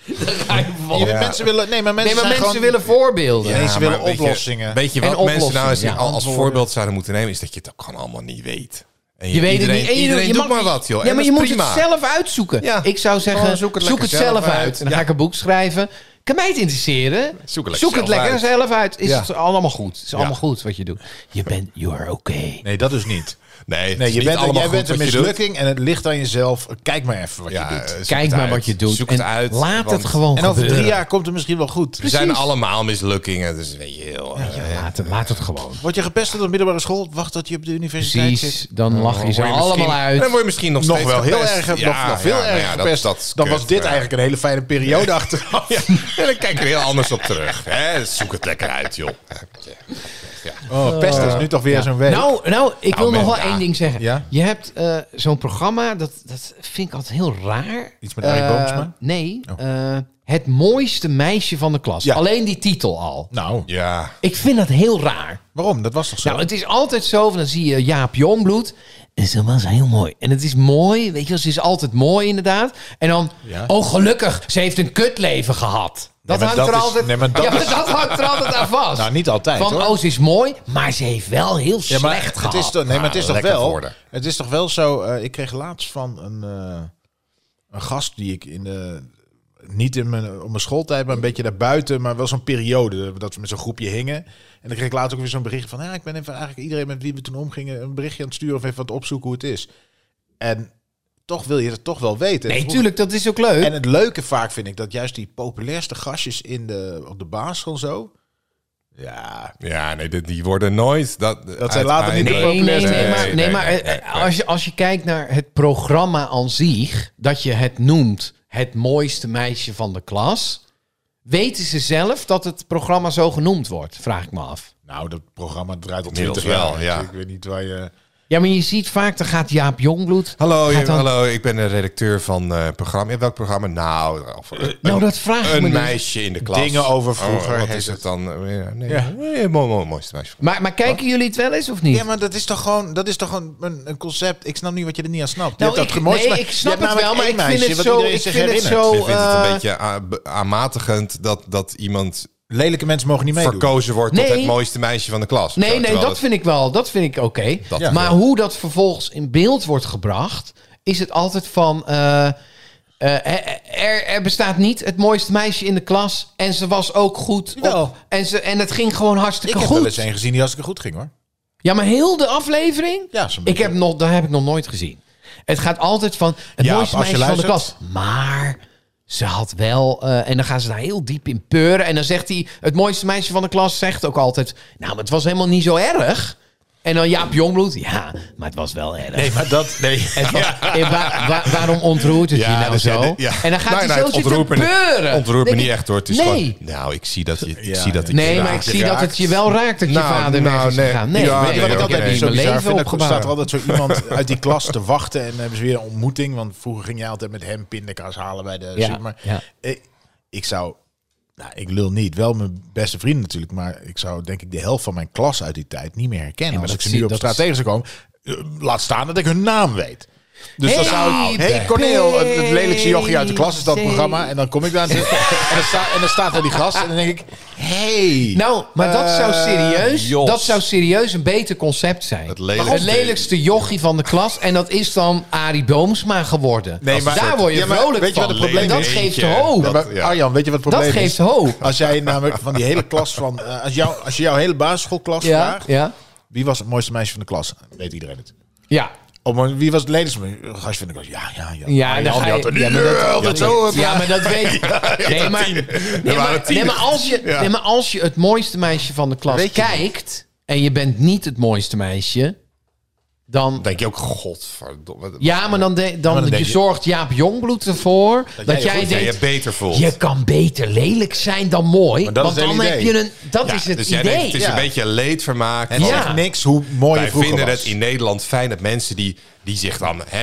Ja. Je- Mensen willen... Nee, maar mensen, Nee, maar zijn mensen gewoon, willen voorbeelden. Nee, ze willen maar weet je- oplossingen. Weet je En wat mensen nou eens oplossingen, ja, als antwoorden. voorbeeld zouden moeten nemen? Is dat je het ook gewoon allemaal niet weet. En Je weet iedereen, het niet. En je, iedereen je doet mag- maar wat, joh. Ja, En maar dat je is moet prima. het zelf uitzoeken. Ja. Ik zou zeggen, Gewoon zoek zoek het, het zelf lekker uit. zelf En dan uit. ga ik een boek schrijven. Kan mij het interesseren? Zoek het lekker Zoek het zelf lekker uit. zelf uit. Is Ja. het allemaal goed? Is allemaal Ja. goed wat je doet. Je bent, you are okay. Nee, dat is niet. Nee, het Nee, is je niet bent, allemaal jij goed bent een wat je doet. mislukking en het ligt aan jezelf. Kijk maar even wat Ja, je eh, doet. zoek Kijk het maar uit. wat je doet. Zoek het en uit. laat want het gewoon En over gebeuren. drie jaar komt het misschien wel goed. We zijn allemaal mislukkingen, dus weet je heel... Ja, laat, het, laat het gewoon. Word je gepest op de middelbare school? Wacht tot je op de universiteit zit. Precies. Dan lach je ze word je allemaal misschien- uit. Dan word je misschien nog, Nog steeds wel heel gepest. erg, Ja, nog, nog veel ja, nou erg ja, dat- gepest. dat is Dan kut, was dit maar ja. eigenlijk een hele fijne periode achteraf. Ja, en dan kijk je er heel anders op terug. Hè? Zoek het lekker uit, joh. Oh, pest is nu toch weer Ja. zo'n week. Nou, nou, ik Nou, wil nog men, wel ja. één ding zeggen. Ja? Je hebt eh, zo'n programma, dat, dat vind ik altijd heel raar. Iets met Arie Eh, Boomsma? Nee, Oh. eh, het mooiste meisje van de klas. Ja. Alleen die titel al. Nou, Ja, Ik vind dat heel raar. waarom? Dat was toch zo? Nou, het is altijd zo, van dan zie je Jaap Jongbloed. En ze was heel mooi. En het is mooi, weet je wel, ze is altijd mooi inderdaad. En dan, Ja. oh gelukkig, ze heeft een kutleven gehad. Dat maar hangt er dat is- altijd, nee, maar dat ja, maar is- dat hangt er altijd aan vast. Nou, niet altijd, Van, hoor. oh, ze is mooi, maar ze heeft wel heel Ja, slecht maar gehad. het is toch, nee, maar het is Ah, toch lekker wel. woorden. Het is toch wel zo. eh, ik kreeg laatst van een, eh, een gast die ik in de niet in mijn op mijn schooltijd, maar een beetje daarbuiten, maar wel zo'n periode dat we met zo'n groepje hingen. En dan kreeg ik later ook weer zo'n bericht van, ja, ik ben even eigenlijk iedereen met wie we toen omgingen een berichtje aan het sturen of even wat opzoeken hoe het is. En toch wil je het toch wel weten. Nee, Vroeger- tuurlijk, dat is ook leuk. En het leuke vaak vind ik dat juist die populairste gastjes in de, op de basisschool zo... Ja, Ja, nee, die, die worden nooit... Dat, Dat zijn later niet de Nee, nee, nee, populairste. maar, nee, maar eh, nee, als, je, als je kijkt naar het programma aan zich, dat je het noemt het mooiste meisje van de klas, weten ze zelf dat het programma zo genoemd wordt? Vraag ik me af. nou, dat programma draait al Inmiddels twintig jaar. wel, ja. Ik weet niet waar je... Ja, maar je ziet vaak, dan gaat Jaap Jongbloed. Hallo, gaat je- dan- hallo, ik ben de redacteur van uh, programma. Ja, welk programma? Nou, of, uh, Nou, dat vraag ik een me dus. meisje in de klas. Dingen over vroeger Oh, wat heet is het het. dan? Uh, ja, nee, Ja. nee, mooi, mooi, mooiste meisje. Maar, maar kijken jullie het wel eens of niet? Ja, maar dat is toch gewoon, dat is toch gewoon een, een concept. Ik snap niet wat je er niet aan snapt. Je nou, hebt ik, dat gemooist, nee, maar ik je snap hebt het wel, maar namelijk ik één vind het meisje wat zo... iedereen Ik zich vind het herinnert. zo... Ik vind het een eh, beetje a- be- aanmatigend dat, dat iemand Lelijke mensen mogen niet meedoen. verkozen wordt tot Nee. het mooiste meisje van de klas. Nee, Zo, nee, terwijl dat het- vind ik wel. Dat vind ik oké. Dat Ja. Maar hoe dat vervolgens in beeld wordt gebracht, is het altijd van... eh, eh, er, er bestaat niet het mooiste meisje in de klas. En ze was ook goed. Jawel. Op, en, ze, en het ging gewoon Ik hartstikke heb wel goed. eens een gezien die hartstikke goed ging, hoor. Ja, maar heel de aflevering? Ja, zo'n ik beetje. heb nog, dat heb ik nog nooit gezien. Het gaat altijd van het Ja, mooiste als je meisje van de luistert. klas. Maar ze had wel... eh, en dan gaan ze daar heel diep in peuren. En dan zegt hij... Het mooiste meisje van de klas zegt ook altijd... Nou, maar het was helemaal niet zo erg. En dan Jaap Jongbloed. Ja, maar het was wel erg. Nee, maar dat... Nee. Het was- eh, waar- waar- waarom ontroert het je nou dus ja, zo? dit- ja. En dan gaat Nou, hij nou, zo het zitten ontroert me niet- peuren. Ontroert me Denk niet ik, echt, hoor. Het is nee. gewoon... Nou, ik zie dat je... Ik Ja, zie dat ik Nee, je maar ik raakt. zie dat het je wel raakt dat je Nou, vader nou, weg is nee. gegaan. Nee, Ja, nee, Weet je wat ik nee, altijd oké, zo in mijn bizar leven vind? Er staat opgebouwd. er altijd zo iemand uit die klas te wachten... en dan hebben ze weer een ontmoeting. Want vroeger ging jij altijd met hem pindakaas halen bij de Ja, supermarkt. ja. Ik, ik zou... Nou, ik lul niet. Wel mijn beste vrienden natuurlijk. Maar ik zou denk ik de helft van mijn klas uit die tijd niet meer herkennen. Ja, maar Als ik dat ze zie- nu op dat straat is- tegen zou komen... eh, laat staan dat ik hun naam weet. Dus dan Hey, zou ik... Hey Corneel, het, het lelijkste jochie uit de klas is dat hey. programma. En dan kom ik daar en, zitten, en, dan, sta, en dan staat er die gast. En dan denk ik... Hey, Nou, maar dat zou Eh, serieus, Jos. dat zou serieus een beter concept zijn. Het lelijkste- Het lelijkste jochie van de klas. En dat is dan Arie Boomsma geworden. Nee, maar- Daar word je Ja, maar vrolijk weet je van. wat het probleem en dat is? geeft Eentje, hoop. dat- Ja, maar ja. Arjan, weet je wat het Dat probleem is? geeft hoop. Als jij namelijk van die hele klas van... eh, als, jou, als je jouw hele basisschoolklas Ja, vraagt... ja. Wie was het mooiste meisje van de klas? Weet iedereen het. Ja. Oh, maar wie was het lelijkste gastje van de klas? Ja, ja, ja. Ja, Arjan, dan ga die je, had er ja, maar dat, altijd ja, zo... maar, ja, maar dat weet nee, maar, nee, maar, nee, maar als je, Ja. nee, maar als je het mooiste meisje van de klas Weet je kijkt... en je bent niet het mooiste meisje... dan... Dan denk je ook, godverdomme. Ja, maar dan, de, dan, dan je denk je- zorgt Jaap Jongbloed ervoor... dat, jij je jij goed- dat je denkt... je beter voelt. Je kan beter lelijk zijn dan mooi. Maar dat want is het dan hele heb idee. je een... Dat Ja, is het dus jij idee. denkt, het is Ja. een beetje leedvermaak. Het van- zegt niks hoe mooi je Wij vroeger vinden was. het in Nederland fijn dat mensen die, die zich dan... Hè,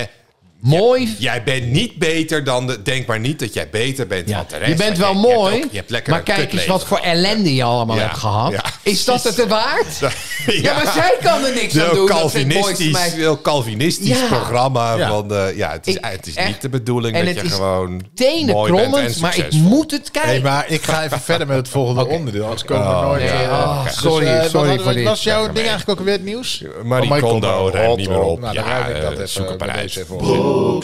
Mooi. jij bent niet beter dan de... Denk maar niet dat jij beter bent Ja. dan de rest. Je bent Want wel je, je mooi, hebt ook- je hebt lekker maar een kijk eens kutleven wat voor ellende je allemaal Ja. hebt gehad. Ja. Is dat het er waard? Ja, ja. maar zij kan er niks aan Heel doen. Dat ze het mooiste Calvinistisch, meisje- heel Calvinistisch Ja. programma. Ja. Van, eh, ja, het is, Ik- het is echt. niet de bedoeling En dat het je is gewoon mooi bent Tenenkrommend, en maar ik succesvol. moet het kijken. Hey, maar ik ga even verder met het volgende onderdeel. Anders komen we nooit... nee, eh, oh, dus, sorry, eh, wat sorry hadden we- voor dit. Was jouw Ja, ding nee. eigenlijk ook alweer het nieuws? Marie Oh, Kondo Kondo, ruimt niet meer op. Nou, dan Ja, ruim ik dat eh, even. zoek een bij parijs. deze even op.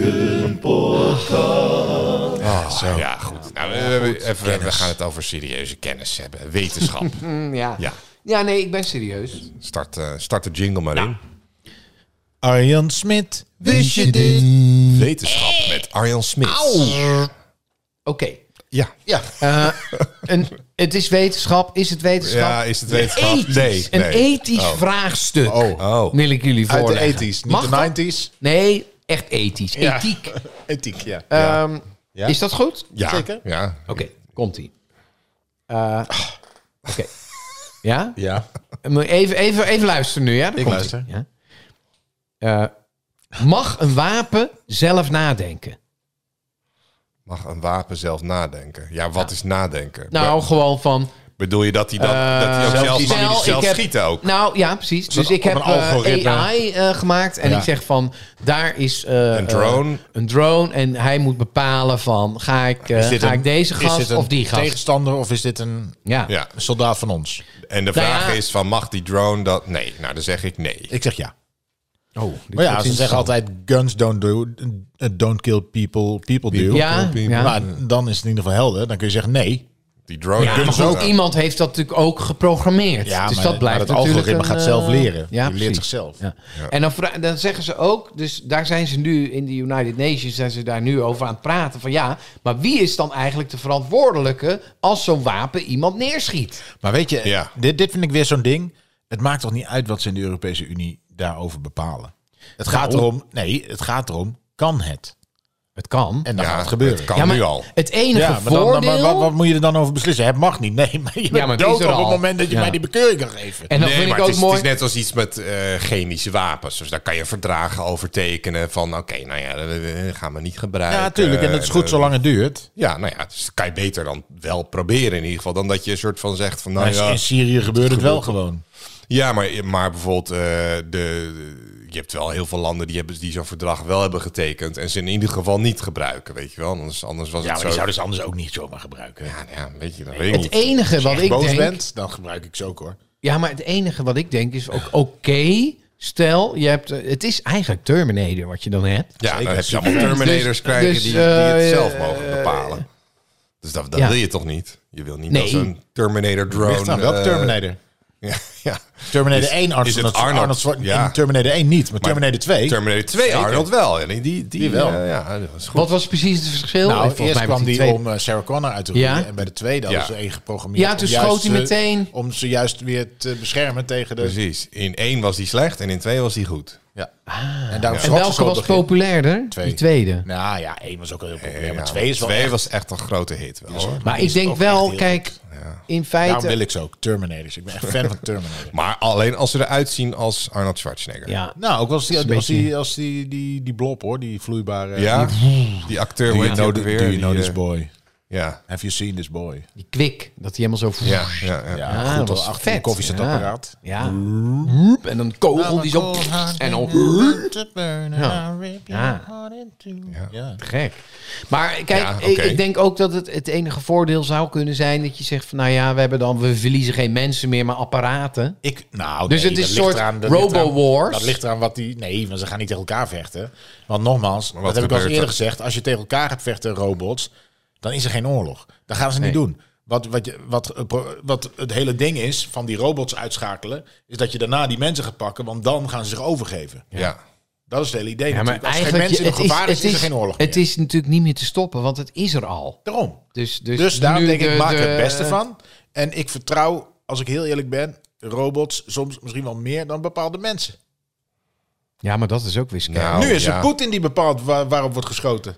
Ah, zo. Ja, goed. Nou, we, even, we gaan het over serieuze kennis hebben. Wetenschap. Mm, ja. Ja. ja, nee, ik ben serieus. Start, eh, start de jingle maar in. Arjan Smit. Wist je dit? Wetenschap met Arjan Smit. Oké. Ja. Ja. Eh, een- het is wetenschap. Is het wetenschap? Ja, is het wetenschap? Ethisch. Nee, Een nee. ethisch Oh. vraagstuk. Oh. Oh. Wil ik jullie Uit de voorleggen. ethisch, niet Mag de dat? nineties. Nee, echt ethisch. Ja. Ethiek. Ethiek, ja. Ehm, Ja. Is dat goed? Ja. Zeker. Ja. Oké, komt-ie. Eh, Oké. Ja? Ja. Moet je Even, even, even luisteren nu, ja? Dan Ik komt-ie. luister. Ja? Eh, mag een wapen zelf nadenken? Mag een wapen zelf nadenken? Ja, wat is nadenken? Nou, gewoon van... Bedoel je dat hij, dat, Eh, dat hij ook zelf zelf, kiezen. mag hij Stel, zelf ik heb- schieten ook? Nou ja, precies. Dus Zo'n- ik heb op een eh, algoritme. A I eh, gemaakt en Ja. ik zeg van, daar is eh, Een drone. eh, een drone en hij moet bepalen van, ga ik, eh, Is dit ga een- ik deze is gast dit een of die gast? tegenstander of is dit een Ja. Ja. soldaat van ons? En de Nou vraag ja. is van, mag die drone dat? Nee. Nou, dan zeg ik nee. Ik zeg ja. Oh, dit Maar ja, wordt ze zeggen interessant. altijd guns don't do, uh, don't kill people, people do. Ja, ja. Maar dan is het in ieder geval helder. Dan kun je zeggen nee. Die drone Ja, maar kunnen goed, ook. iemand heeft dat natuurlijk ook geprogrammeerd. Ja, dus maar, dat blijft maar het natuurlijk algoritme een, gaat zelf eh, leren. Ja, Die leert precies. zichzelf. Ja. En dan, vra- dan zeggen ze ook, dus daar zijn ze nu in de United Nations, zijn ze daar nu over aan het praten van ja, maar wie is dan eigenlijk de verantwoordelijke als zo'n wapen iemand neerschiet? Maar weet je, Ja. dit, dit vind ik weer zo'n ding. Het maakt toch niet uit wat ze in de Europese Unie daarover bepalen. Het gaat Nou. erom, nee, het gaat erom, kan het? Het kan. En dan Ja, gaat het gebeuren. het kan ja, maar nu al. Het enige Ja, maar dan, dan- voordeel... maar wat, wat moet je er dan over beslissen? Het mag niet. Nee, maar je bent Ja, maar het dood is er op het al. moment dat je Ja. mij die bekeuring kan geven. en dan Nee, vind maar ik ook het is, mooi... het is net als iets met eh, chemische wapens. Dus daar kan je verdragen over tekenen van... oké, nou ja, dat, dat gaan we niet gebruiken. Ja, natuurlijk. En dat is goed Eh, zolang het duurt. Ja, nou ja, dus dat kan je beter dan wel proberen in ieder geval... dan dat je een soort van zegt van... nou Maar ja, in Syrië gebeurt het wel gewoon. ja maar, maar bijvoorbeeld... eh, de, de- je hebt wel heel veel landen die, hebben, die zo'n verdrag wel hebben getekend... en ze in ieder geval niet gebruiken, weet je wel. Anders, anders was Ja, het maar zo... die zouden ze anders ook niet zomaar gebruiken. Ja, nou ja, weet je, dat weet ik Het niet. enige Als je wat echt ik boos denk... bent, dan gebruik ik ze ook hoor. Ja, maar het enige wat ik denk is ook oké... Stel, je hebt, eh, het is eigenlijk Terminator wat je dan hebt. Ja, Zeker. dan heb je allemaal Terminators Dus- krijgen dus, die, die het eh, zelf mogen bepalen. Dus dat, dat ja. wil je toch niet? Je wil niet Nee. dat zo'n Terminator drone... Ligt aan welke eh, Terminator? Ja, ja. Terminator Is- één, Arnold, is het Arnold, Arnold? Schwarzenegger. Ja. In Terminator één niet, maar Terminator twee. Terminator twee, Zeker. Arnold wel. Ja, die, die, die, Die wel. eh, ja, dat was goed. Wat was precies het verschil? Nou, Volgens eerst mij was kwam die twee- om eh, Sarah Connor uit te roeien. Ja. En bij de tweede Ja. hadden ze één geprogrammeerd. Ja, om toen juist, schoot hij eh, meteen... Om ze juist weer te beschermen tegen de... Precies. In één was die slecht en in twee was die goed. Ja. En, daarom En schrok ze welke zo op was het begin. populairder? Twee. Die tweede. Nou ja, één was ook heel populair, Ja, maar twee is wel twee echt- was echt een grote hit wel, hoor. Maar die ik is denk ook wel, echt heel kijk, goed. in Daarom wil feite... ik ze ook, Terminators. Ik ben echt fan van Terminator. Maar alleen als ze eruit zien als Arnold Schwarzenegger. Ja, Nou, ook als die, Dat is een als die, beetje- als die, die, die blob hoor, die vloeibare... Ja? Die, Die acteur, do hoe you heet die know, ook the- weer? do you know Die, this eh, boy? Ja. Have you seen this boy? die kwik, dat hij helemaal zo... Ja, ja, ja. Ja, Ja, goed dat hoor, was achter vet. een koffiezetapparaat. Ja. En dan kogel die zo... En dan... Ja. Ja. Ja. Gek. Maar kijk, Ja, ik, oké. ik denk ook dat het het enige voordeel zou kunnen zijn dat je zegt van nou ja, we hebben dan we verliezen geen mensen meer, maar apparaten. Ik, nou, Dus nee, het is dat een ligt soort eraan- dat ligt eraan- Robo-Wars. Dat ligt eraan wat die... Nee, want ze gaan niet tegen elkaar vechten. Want nogmaals, wat dat heb ik al eens gebeurt eerder er? gezegd. Als je tegen elkaar gaat vechten, robots, dan is er geen oorlog. Dat gaan ze Nee. niet doen. Wat, wat, je, wat, eh, pro- wat het hele ding is van die robots uitschakelen, is dat je daarna die mensen gaat pakken, want dan gaan ze zich overgeven. Ja. Dat is het hele idee Ja, maar natuurlijk. Als er geen eigenlijk mensen in je- gevaar is, is er geen oorlog het meer. is natuurlijk niet meer te stoppen, want het is er al. Daarom. Dus, dus, Dus daar nu denk ik, de- maak er de- het beste van. En ik vertrouw, als ik heel eerlijk ben, robots soms misschien wel meer dan bepaalde mensen. Ja, maar dat is ook weer scary. Nou, nu is ja. het Poetin die bepaalt waar, waarop wordt geschoten.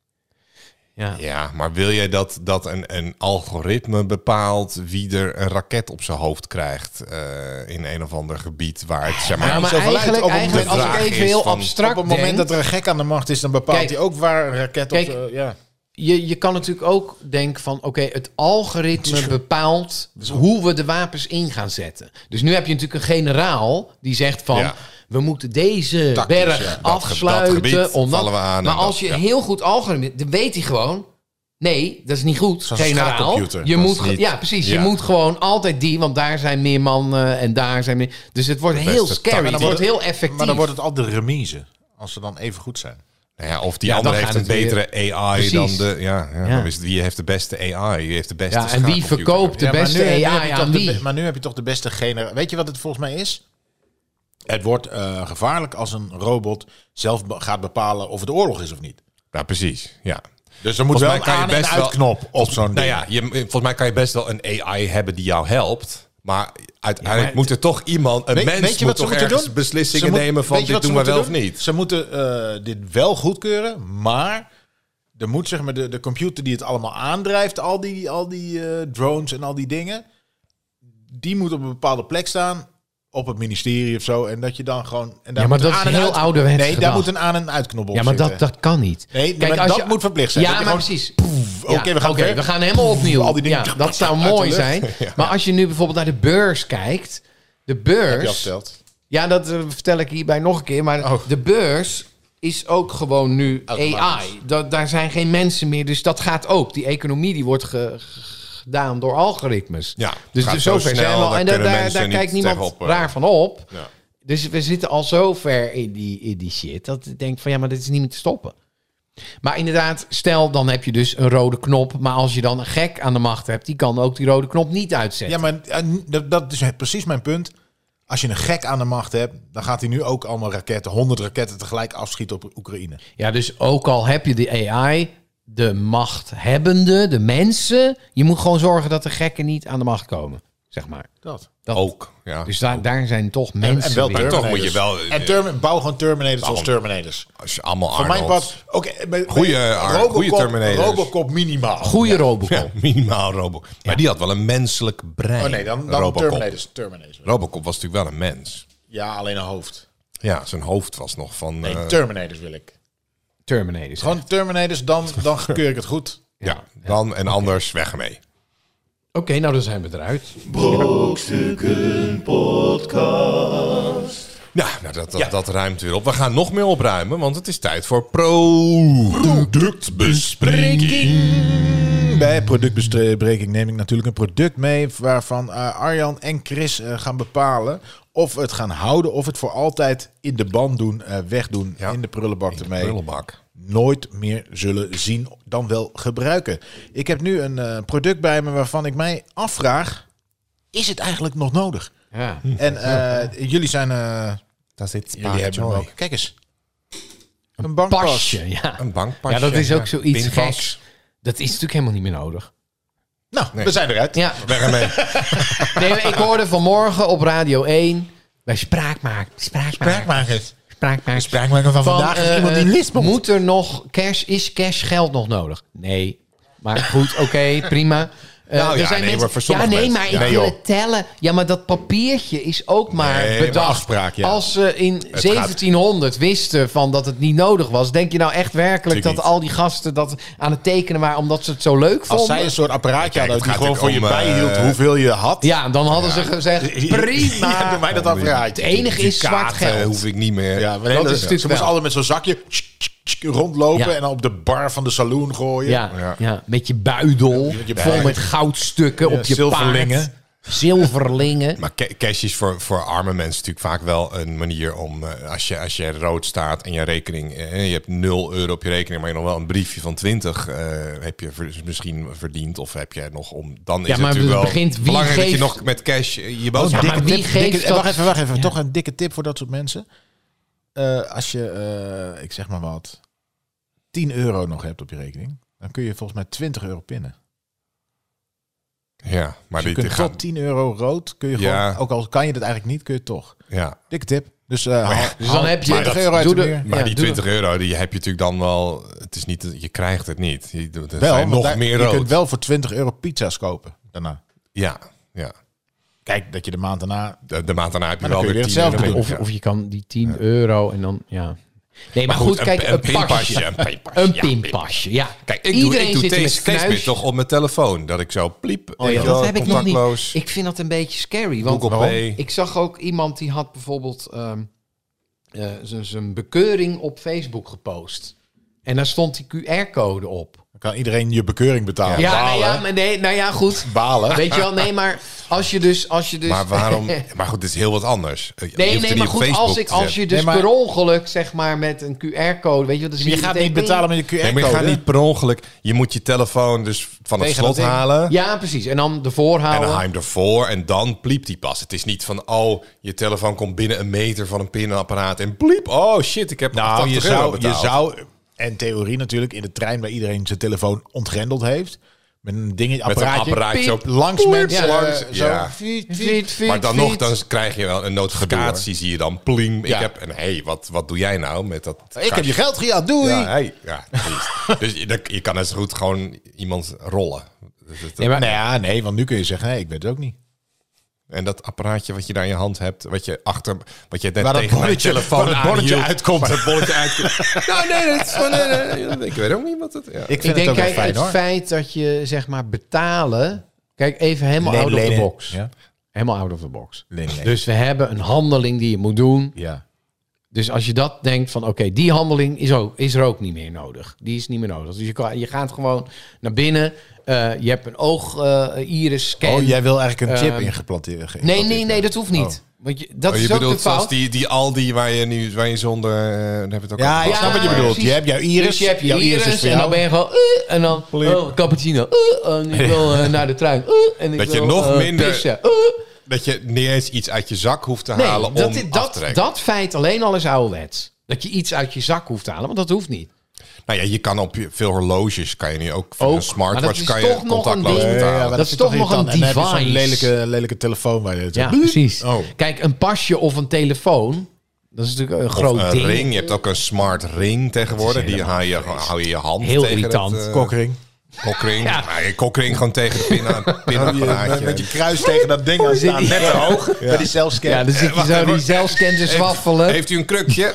Ja. Ja, maar wil jij dat, dat een, een algoritme bepaalt wie er een raket op zijn hoofd krijgt eh, in een of ander gebied waar het zeg maar, Ja, maar zoveel uit. eigenlijk, Op het eigenlijk als moment- ik de even vraag heel is van- abstract Op het moment denk, dat er een gek aan de macht is, dan bepaalt Kijk, hij ook waar een raket kijk, op... Uh, ja. je, je kan natuurlijk ook denken van... oké, het algoritme bepaalt hoe we de wapens in gaan zetten. Dus nu heb je natuurlijk een generaal die zegt van... Ja. we moeten deze Tactisch, berg ja. Dat ge- dat afsluiten. gebied omdat- vallen we aan maar en als dat- je ja. heel goed algoritme... dan weet hij gewoon... nee, dat is niet goed, Zoals een generaal. schaakcomputer. Je Dat moet, is ge- niet- ja, precies. Je ja. moet gewoon altijd die... want daar zijn meer mannen en daar zijn meer... Dus het wordt heel beste scary. tactiek. Het wordt heel effectief. Maar dan wordt het al de remise, als ze dan even goed zijn. Nou ja, of die Ja, andere dan heeft gaat een het weer- betere A I Precies. dan de... Ja, ja, Ja. Dan is het, wie heeft de beste A I? Wie heeft de beste ja, en wie schaakcomputer? verkoopt de Ja, maar beste nu- nu heb A I je aan toch de wie? be- Maar nu heb je toch de beste generaal. Weet je wat het volgens mij is? Het wordt eh, gevaarlijk als een robot zelf be- gaat bepalen of het oorlog is of niet. Ja, precies. Ja. Dus er moet Volgens wel mij een kan je aan- en best wel- uitknop op zo'n Nou ding. ja, je, volgens mij kan je best wel een A I hebben die jou helpt. Maar uiteindelijk maar moet er toch iemand, een Weet- mens weet je moet wat ze toch moeten ergens doen? beslissingen Ze moet- nemen van weet je dit wat doen ze we wel of moeten niet. Ze moeten eh, dit wel goedkeuren, maar er moet zeg maar de, de computer die het allemaal aandrijft, al die, al die eh, drones en al die dingen, die moet op een bepaalde plek staan, op het ministerie of zo, en dat je dan gewoon... En daar Ja, maar moet een dat is aan- en heel uit- ouderwets Nee, daar gedacht. moet een aan- en uitknop op Ja, maar dat, zitten. dat kan niet. Nee, Kijk, maar als dat je- moet verplicht zijn. Ja, Dat je maar gewoon- precies. Oké, Ja, we gaan oké, ver- we gaan helemaal opnieuw. Al die dingen Ja, dat zou uit de mooi lucht. zijn. Maar als je nu bijvoorbeeld naar de beurs kijkt... De Heb je al beurs... verteld? Ja, dat eh, vertel ik hierbij nog een keer. Maar Oh. de beurs is ook gewoon nu Automatisch. A I. Da- daar zijn geen mensen meer. Dus dat gaat ook. Die economie die wordt ge- gedaan door algoritmes. Ja, Dus, gaat dus zo zover snel, zijn we al. daar En daar, kunnen daar, mensen daar niet kijkt niemand tegenop, eh. raar van op. Ja. Dus we zitten al zo ver in die, in die shit. Dat ik denk van ja, maar dit is niet meer te stoppen. Maar inderdaad, stel dan heb je dus een rode knop. Maar als je dan een gek aan de macht hebt, die kan ook die rode knop niet uitzetten. Ja, maar uh, dat, dat is precies mijn punt. Als je een gek aan de macht hebt, dan gaat hij nu ook allemaal raketten, honderd raketten tegelijk afschieten op Oekraïne. Ja, dus ook al heb je de A I, de machthebbende, de mensen, je moet gewoon zorgen dat de gekken niet aan de macht komen, zeg maar. Dat. Dat, Ook, ja. Dus daar, daar zijn toch mensen en wel weer. Maar toch Terminators. moet je wel... En term, bouw gewoon Terminators zoals Terminators. Als je allemaal Voor mijn Arnold... part, oké, okay, Goeie, Ar- goeie Terminators. Robocop minimaal. Goeie Robocop. Ja, minimaal Robocop. Maar die had wel een menselijk brein. Oh nee, dan, dan Robocop. Terminators. Terminators. Robocop was natuurlijk wel een mens. Ja, alleen een hoofd. Ja, zijn hoofd was nog van... Nee, eh, Terminators wil ik. Terminators. Gewoon Terminators, dan, dan keur ik het goed. ja, dan en anders weg ermee. Oké, nou dan zijn we eruit. Brokstukken Podcast. Ja, nou, dat, dat, dat ruimt weer op. We gaan nog meer opruimen, want het is tijd voor productbespreking. Bij productbespreking neem ik natuurlijk een product mee waarvan uh, Arjan en Chris uh, gaan bepalen of we het gaan houden of het voor altijd in de ban doen, uh, wegdoen, Ja, in de prullenbak in de ermee. prullenbak. Nooit meer zullen zien, dan wel gebruiken. Ik heb nu een uh, product bij me waarvan ik mij afvraag, is het eigenlijk nog nodig? Ja. En uh, jullie zijn... Uh, Daar zit jullie hebben hem ook. Kijk eens. Een bankpas. Pasje, ja. Een bankpasje. Ja, dat is ook zoiets pinpas. geks. Dat is natuurlijk helemaal niet meer nodig. Nou, Nee. we zijn eruit. Ja, Weg ermee. nee, maar ik hoorde vanmorgen op Radio één bij Spraakmaak. Spraakmaak. Spraakmakers. Spraakmaak. Spraakmaker van, vandaag is eh, iemand die lispelt. Moet er nog cash, is cash geld nog nodig? Nee. Maar goed, oké, prima. Uh, Nou ja, nee, maar voor ja, sommige nee, mensen- maar ik Ja, wil joh. het tellen. Ja, maar dat papiertje is ook maar Nee, maar bedacht. afspraak, ja. Als ze in gaat- zeventienhonderd wisten van dat het niet nodig was, denk je nou echt werkelijk Tuurlijk dat niet. al die gasten dat aan het tekenen waren omdat ze het zo leuk vonden? Als zij een soort apparaatje Kijk, hadden het die gaat gewoon voor je natuurlijk om, bijhield eh, hoeveel je had. Ja, dan hadden ze gezegd, prima. Ja, doe mij dat apparaatje. Het enige is zwart Kaarten geld. hoef ik niet meer. Ja, maar Dat dat is is natuurlijk ze moest wel. altijd met zo'n zakje tsk, tsk, tsk, rondlopen Ja. en dan op de bar van de saloon gooien. Ja, Ja. ja. met je buidel, Met je vol buidel. met goudstukken Ja, op je zilverlingen. paard. Zilverlingen. Maar ca- cash is voor, voor arme mensen natuurlijk vaak wel een manier om... Uh, als, je, als je rood staat en je rekening... Uh, je hebt nul euro op je rekening, maar je nog wel een briefje van twintig... Uh, heb je ver, misschien verdiend of heb je nog om... Dan is Ja, het maar natuurlijk het wel begint, wie belangrijk dat je geeft- nog met cash uh, je Oh, boodschap... maar wie geeft dikke, dat- Wacht even, wacht even. Ja. Toch een dikke tip voor dat soort mensen. Uh, als je, uh, ik zeg maar wat, tien euro nog hebt op je rekening, dan kun je volgens mij twintig euro pinnen. Ja, maar Dus je dit kunt gaat... tot tien euro rood, kun je Ja. gewoon, ook al kan je dat eigenlijk niet, kun je toch. Ja. Dikke tip. Dus, uh, haal, Dus dan heb je twintig dat- euro uit doe de de- muur. Maar Ja, die doe twintig euro, die heb je natuurlijk dan wel... Het is niet, je krijgt het niet. Je, er Wel, zijn want nog daar- meer je rood. kunt wel voor twintig euro pizza's kopen daarna. Ja, ja. Kijk, dat je de maand daarna... De, de maand daarna heb je Maar dan wel kun je weer weer tien hetzelfde euro. doen. Of, Ja. of je kan die tien euro en dan, ja. Nee, maar, Maar goed, goed, kijk, een, een, een pinpasje. pasje. Een pinpasje. Een Ja, pinpasje, ja. Kijk, ik doe, Iedereen ik doe zit er deze met Faceboit knuis. toch op mijn telefoon. Dat ik zo pliep. Oh weet ja, je dat wel, heb ik nog niet. contactloos. Ik vind dat een beetje scary. Want Google Pay. ik zag ook iemand die had bijvoorbeeld ehm, eh, z- zijn bekeuring op Facebook gepost. En daar stond die Q R-code op. Dan kan iedereen je bekeuring betalen. Ja, nou Balen. ja, maar nee, nou ja, goed. Balen. Weet je wel, nee, maar als je dus... Als je dus Maar waarom? Maar goed, dit is heel wat anders. Je Nee, hoeft nee, er maar niet op goed, Facebook als, ik, te als zetten. je dus Nee, maar- per ongeluk, zeg maar, met een Q R-code, weet je wat, dan zie Je je gaat meteen niet betalen met een Q R-code. Nee, maar je gaat niet per ongeluk. Je moet je telefoon dus van het Tegen slot dat ding. halen. Ja, precies. En dan ervoor En dan houden. haal je hem ervoor en dan pliept die pas. Het is niet van, oh, je telefoon komt binnen een meter van een pinapparaat en pliep. Oh shit, ik heb Nou, je achttachtig euro zou, je betaald. zou, en theorie natuurlijk, in de trein waar iedereen zijn telefoon ontgrendeld heeft. Met een dingetje, Met een apparaatje, apparaatje piep, zo langs poep, mensen. ja, Langs, langs, zo, ja. fiet, fiet. Fiet, fiet, Maar dan fiet. nog, dan krijg je wel een notificatie, zie je dan, pling. Ja. Ik heb, en hé, hey, wat, wat doe jij nou met dat Ik heb je geld gejat, doei. Ja, hey, ja, precies. Dus je, je kan net zo goed gewoon iemand rollen. Dus het- Nee, maar- Nou ja, nee, want nu kun je zeggen, nee, ik weet het ook niet. En dat apparaatje wat je daar in je hand hebt, wat je achter, wat je net Waar dat tegen mijn bonnetje- telefoon waar het bonnetje aanhield, uitkomt. waar het bonnetje uitkomt. Nou, nee, dat is gewoon, nee, nee, nee, ik weet ook niet wat het. Ja. Ik vind Ik het denk, ook wel kijk, fijn het hoor. feit dat je, zeg maar, betalen... Kijk, even helemaal Leen- out of the lenen. box. Ja? Helemaal out of the box. Leen- leen. Dus we hebben een handeling die je moet doen. Ja. Dus als je dat denkt van, oké, die handeling is, ook, is er ook niet meer nodig. Die is niet meer nodig. Dus je, kan, je gaat gewoon naar binnen. Uh, je hebt een oog, uh, iris scan. Oh, jij wil eigenlijk een chip Ehm, ingeplanteerd geven? Nee, nee, nee, dat hoeft niet. Oh. Want je, dat Oh, je is ook bedoelt de fout. zoals die, die Aldi waar je nu waar je zonder... Uh, daar hebben we het ook Ja, over ik gehad. snap wat je Ja, bedoelt. precies. Je hebt jouw iris. Dus je hebt je jouw iris, is voor en dan jou. ben je gewoon... Uh, en dan oh, cappuccino. Uh, en ik wil uh, naar de trein. Uh, en ik Dat je wil, nog uh, minder- pissen. Uh. Dat je niet eens iets uit je zak hoeft te Nee, halen dat, om af dat, te trekken. dat feit alleen al is ouderwets. Dat je iets uit je zak hoeft te halen, want dat hoeft niet. Nou ja, je kan op je, veel horloges kan je nu ook... Van Ook, een maar smartwatch dat is kan je toch nog een contactloos ding. betalen. Ja, maar Dat is vind toch ik nog een irritant. En dan heb je zo'n device. lelijke, lelijke telefoon waar je het Ja, zo- precies. Oh. Kijk, een pasje of een telefoon, dat is natuurlijk een Of groot een ding. ring. Je hebt ook een smart ring tegenwoordig. Die hou je, hou je je hand Heel tegen irritant. het... uh, Kokring. kokring. Ja. Ja. je kokring gewoon tegen de pin, pinapparaatje. Met je kruis tegen dat ding aan staan. Net te hoog. Met die zelfscan. Ja, dan zit je wacht zo even. die zelfscan te zwaffelen. Heeft u een krukje?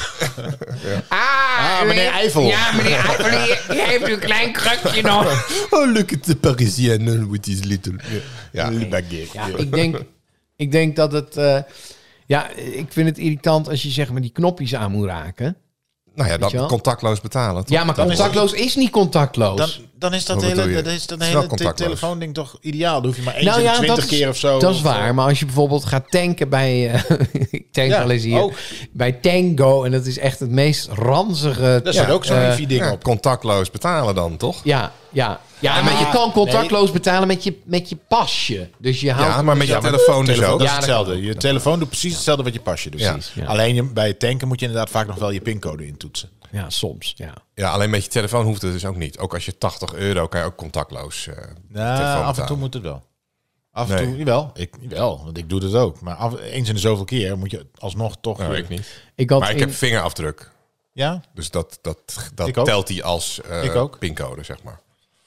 Ah, meneer Eiffel. Ja, meneer Eiffel, hier, hier heeft u een klein krukje nog. Oh, look at the Parisienne with his little... Ja, Ja, ik denk, ik denk dat het... uh, ja, ik vind het irritant als je zeg maar die knopjes aan moet raken. nou ja, je wel? dat contactloos betalen. Toch? Ja, maar Dan is contactloos is niet contactloos. Dan, dan is dat Wat bedoel hele, je? dat is dat Het is wel hele te- contactloos. telefoonding toch ideaal. Dan hoef je maar eens Nou in ja, de twintig dat is- keer of zo. Dat is Of, waar, maar als je bijvoorbeeld gaat tanken bij... Uh, ik tank Ja, wel eens hier. ook. Bij Tango, en dat is echt het meest ranzige... Daar zit ook zo'n eh, wifi-ding Ja, op. contactloos betalen dan, toch? Ja, ja. Ja, maar je kan contactloos betalen met je, met je pasje. Dus je houdt... Ja, maar met je Ja, maar telefoon dus Telefoon, ook. dat is Ja, dat hetzelfde. kan ook. Je telefoon doet precies hetzelfde wat je pasje doet. Ja. Precies, Ja. Alleen je- bij het tanken moet je inderdaad vaak nog wel je pincode intoetsen. Ja, soms, ja. Ja, alleen met je telefoon hoeft het dus ook niet. Ook als je tachtig euro kan je ook contactloos uh, Nou, af en toe moet het wel. Af en Nee. toe, jawel. Ik, wel, want ik doe het ook. Maar af, eens in de zoveel keer moet je alsnog toch... Nou, weer- ik niet. Ik had Maar ik in- heb vingerafdruk. Ja? Dus dat, dat, dat Ik ook. telt die als uh, Ik ook. pincode, zeg maar.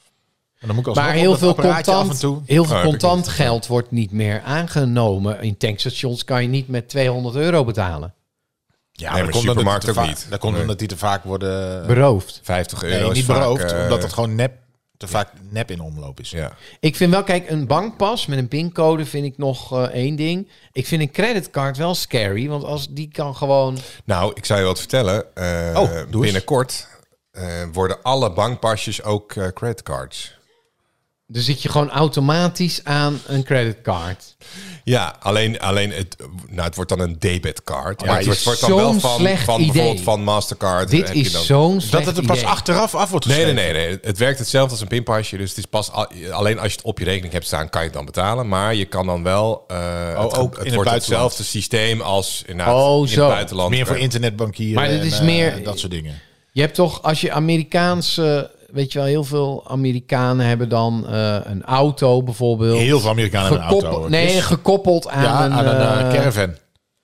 En dan moet ik alsnog Maar op heel dat veel apparaatje af en contant, toe. heel veel Oh, heb ik contant niet. geld wordt niet meer aangenomen. In tankstations kan je niet met tweehonderd euro betalen. Ja, maar dat komt supermarkt omdat die ook te va- niet. Dat komt Nee. omdat die te vaak worden... Beroofd. vijftig euro Nee, is niet vaak, beroofd. uh, omdat het gewoon nep, te vaak nep in omloop is. Ja. Ik vind wel, kijk, een bankpas met een pincode vind ik nog uh, één ding. Ik vind een creditcard wel scary, want als die kan gewoon... Nou, ik zou je wat vertellen. Uh, Oh, doe eens. binnenkort uh, worden alle bankpasjes ook uh, creditcards. Dan zit je gewoon automatisch aan een creditcard. Ja, alleen, alleen het, nou, het wordt dan een debitcard. Ja, maar het het is wordt dan wel zo'n van, slecht van idee. bijvoorbeeld van Mastercard. Dit heb je is dan- zo'n slecht Dat het er pas idee. achteraf af wordt Nee, geschreven. nee, nee, nee. Het werkt hetzelfde als een pinpasje. Dus het is pas al- alleen als je het op je rekening hebt staan, kan je het dan betalen. Maar je kan dan wel. Uh, Oh, het, ook het in het wordt buitenland. hetzelfde systeem als inderdaad, Oh, in zo. het buitenland. Meer voor internetbankieren Maar dit en, is eh, meer- dat soort dingen. Je hebt toch, als je Amerikaanse... Weet je wel, heel veel Amerikanen hebben dan uh, een auto bijvoorbeeld. Heel veel Amerikanen hebben een Gekoppeld- auto. Nee, Chris. gekoppeld aan ja, een... aan een uh, uh, caravan.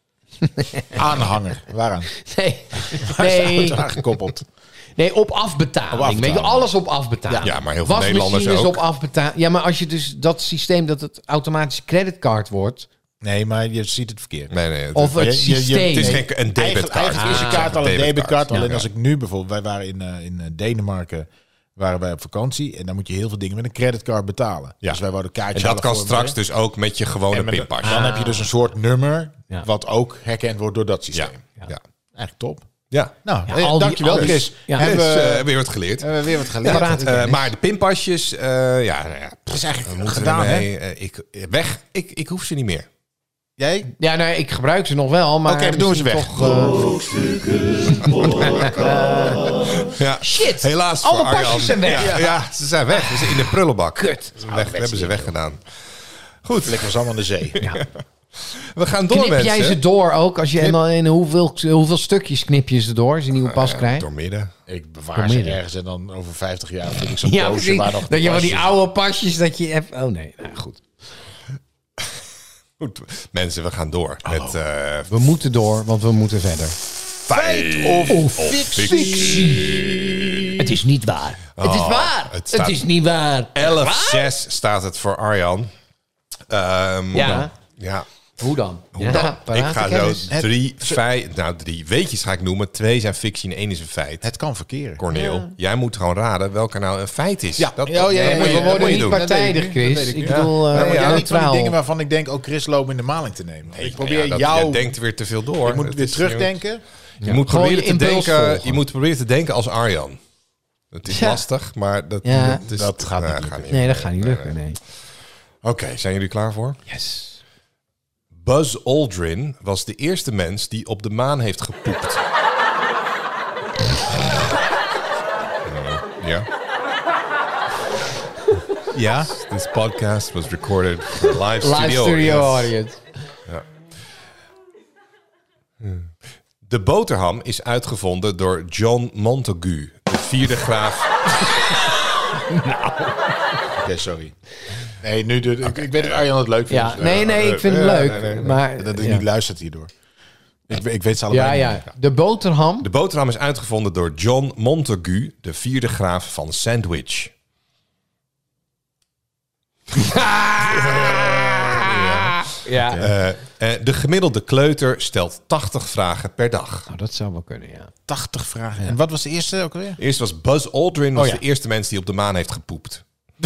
Aanhanger. Waaraan? Nee, Waar is de nee, auto aangekoppeld? nee, op afbetaling. Op afbetaling. Weet je, alles op afbetaling. Ja, maar heel veel Wasmachines Nederlanders ook. op afbetaling. Ja, maar als je dus dat systeem dat het automatisch creditcard wordt... Nee, maar je ziet het verkeerd. Nee, nee. Het, Of het je- je- je- systeem. het is geen een debitcard. Eigenlijk, eigenlijk is een Ah, kaart al een debitcard. debitcard. Alleen Ja. als ik nu bijvoorbeeld... Wij waren in, uh, in uh, Denemarken... waren wij op vakantie. En dan moet je heel veel dingen met een creditcard betalen. Ja. Dus wij wouden En kaartjes dat halen kan voor straks een- dus ook met je gewone En met- pinpasje. Dan heb je dus een soort nummer... Ja. wat ook herkend wordt door dat systeem. Ja. Ja. Eigenlijk top. Ja. Nou, Ja, eh, al die- dankjewel al die- Chris. Ja. Hebben Dus, we uh, weer wat geleerd. hebben we weer wat geleerd. Paraat. Uh, maar de pinpasjes, uh, ja, nou ja, Het is eigenlijk we moeten gedaan, hè? ermee, uh, ik, weg, ik, ik hoef ze niet meer. Jij? Ja, nee, ik gebruik ze nog wel, maar... Oké, dan doen we ze misschien weg. Toch, uh, Ja. shit, Helaas alle voor Arjan. pasjes zijn weg. Ja, ja, ze zijn weg. Ze zijn in de prullenbak. Kut. Ze zijn weg, we hebben ze weggedaan. Goed, Flik was allemaal in de zee. we gaan door, Knip mensen. jij ze door ook? Als je, en, dan, en hoeveel, hoeveel stukjes knip je ze door als je een nieuwe pas Uh, krijgt? door midden. Ik bewaar ze Midden. ergens en dan over vijftig jaar vind ik zo'n Ja, doosje precies. waar nog Dat je van die pasjes- oude pasjes dat je hebt... Oh nee, nou, goed. Goed, mensen, we gaan door. Oh. Met uh, We moeten door, want we moeten verder. feit of, fictie. Het is niet waar. het is Oh, waar. het Het, staat- is niet waar. elf zes staat het voor Arjan. Um, Ja. Ja. Hoe dan? Hoe Ja, dan? Ik parate ga zo kennis. drie, feit, nou drie weetjes ga ik noemen. Twee zijn fictie en één is een feit. Het kan verkeren. Corneel, jij moet gewoon raden welke nou een feit is. Ja. dat, Ja, dat, ja, ja, dat moet ja, je, ja, dat We moet worden je niet doen. partijdig, Dat weet ik, dat Chris. weet ik. Ik Ja. bedoel, uh, Ja, maar ja, niet van die neutraal. dingen waarvan ik denk, oh Chris loopt in de maling te nemen. Ik probeer Ja, dat- jou... Jij denkt weer te veel door. ik moet Het weer is- terugdenken. Je moet, Gewoon proberen je te impuls denken, volgen. je moet proberen te denken als Arjan. Het is Ja. lastig, maar dat, Ja. dat, is, Dat gaat niet nou, lukken. Nee, dat gaat niet lukken, nee. Oké, zijn jullie klaar voor? Yes. Buzz Aldrin was de eerste mens die op de maan heeft gepoept. Ja. Ja? This podcast was recorded for a live, Live studio, studio audience. audience. De boterham is uitgevonden door John Montagu, de vierde graaf. Oké, okay, sorry. Nee, nu de, ik, ik weet dat Arjan het leuk vindt. Ja, nee, nee, ik vind het Ja, leuk. nee, nee, nee. Maar, Dat hij ja. niet luistert hierdoor. Ik, ik weet ze Ja, allebei ja. niet. De boterham. De boterham is uitgevonden door John Montagu, de vierde graaf van Sandwich. Ja. Uh, uh, de gemiddelde kleuter stelt tachtig vragen per dag. Nou, dat zou wel kunnen, ja. tachtig vragen. En wat was de eerste ook alweer? Eerst was Buzz Aldrin was Oh, ja. de eerste mens die op de maan heeft gepoept.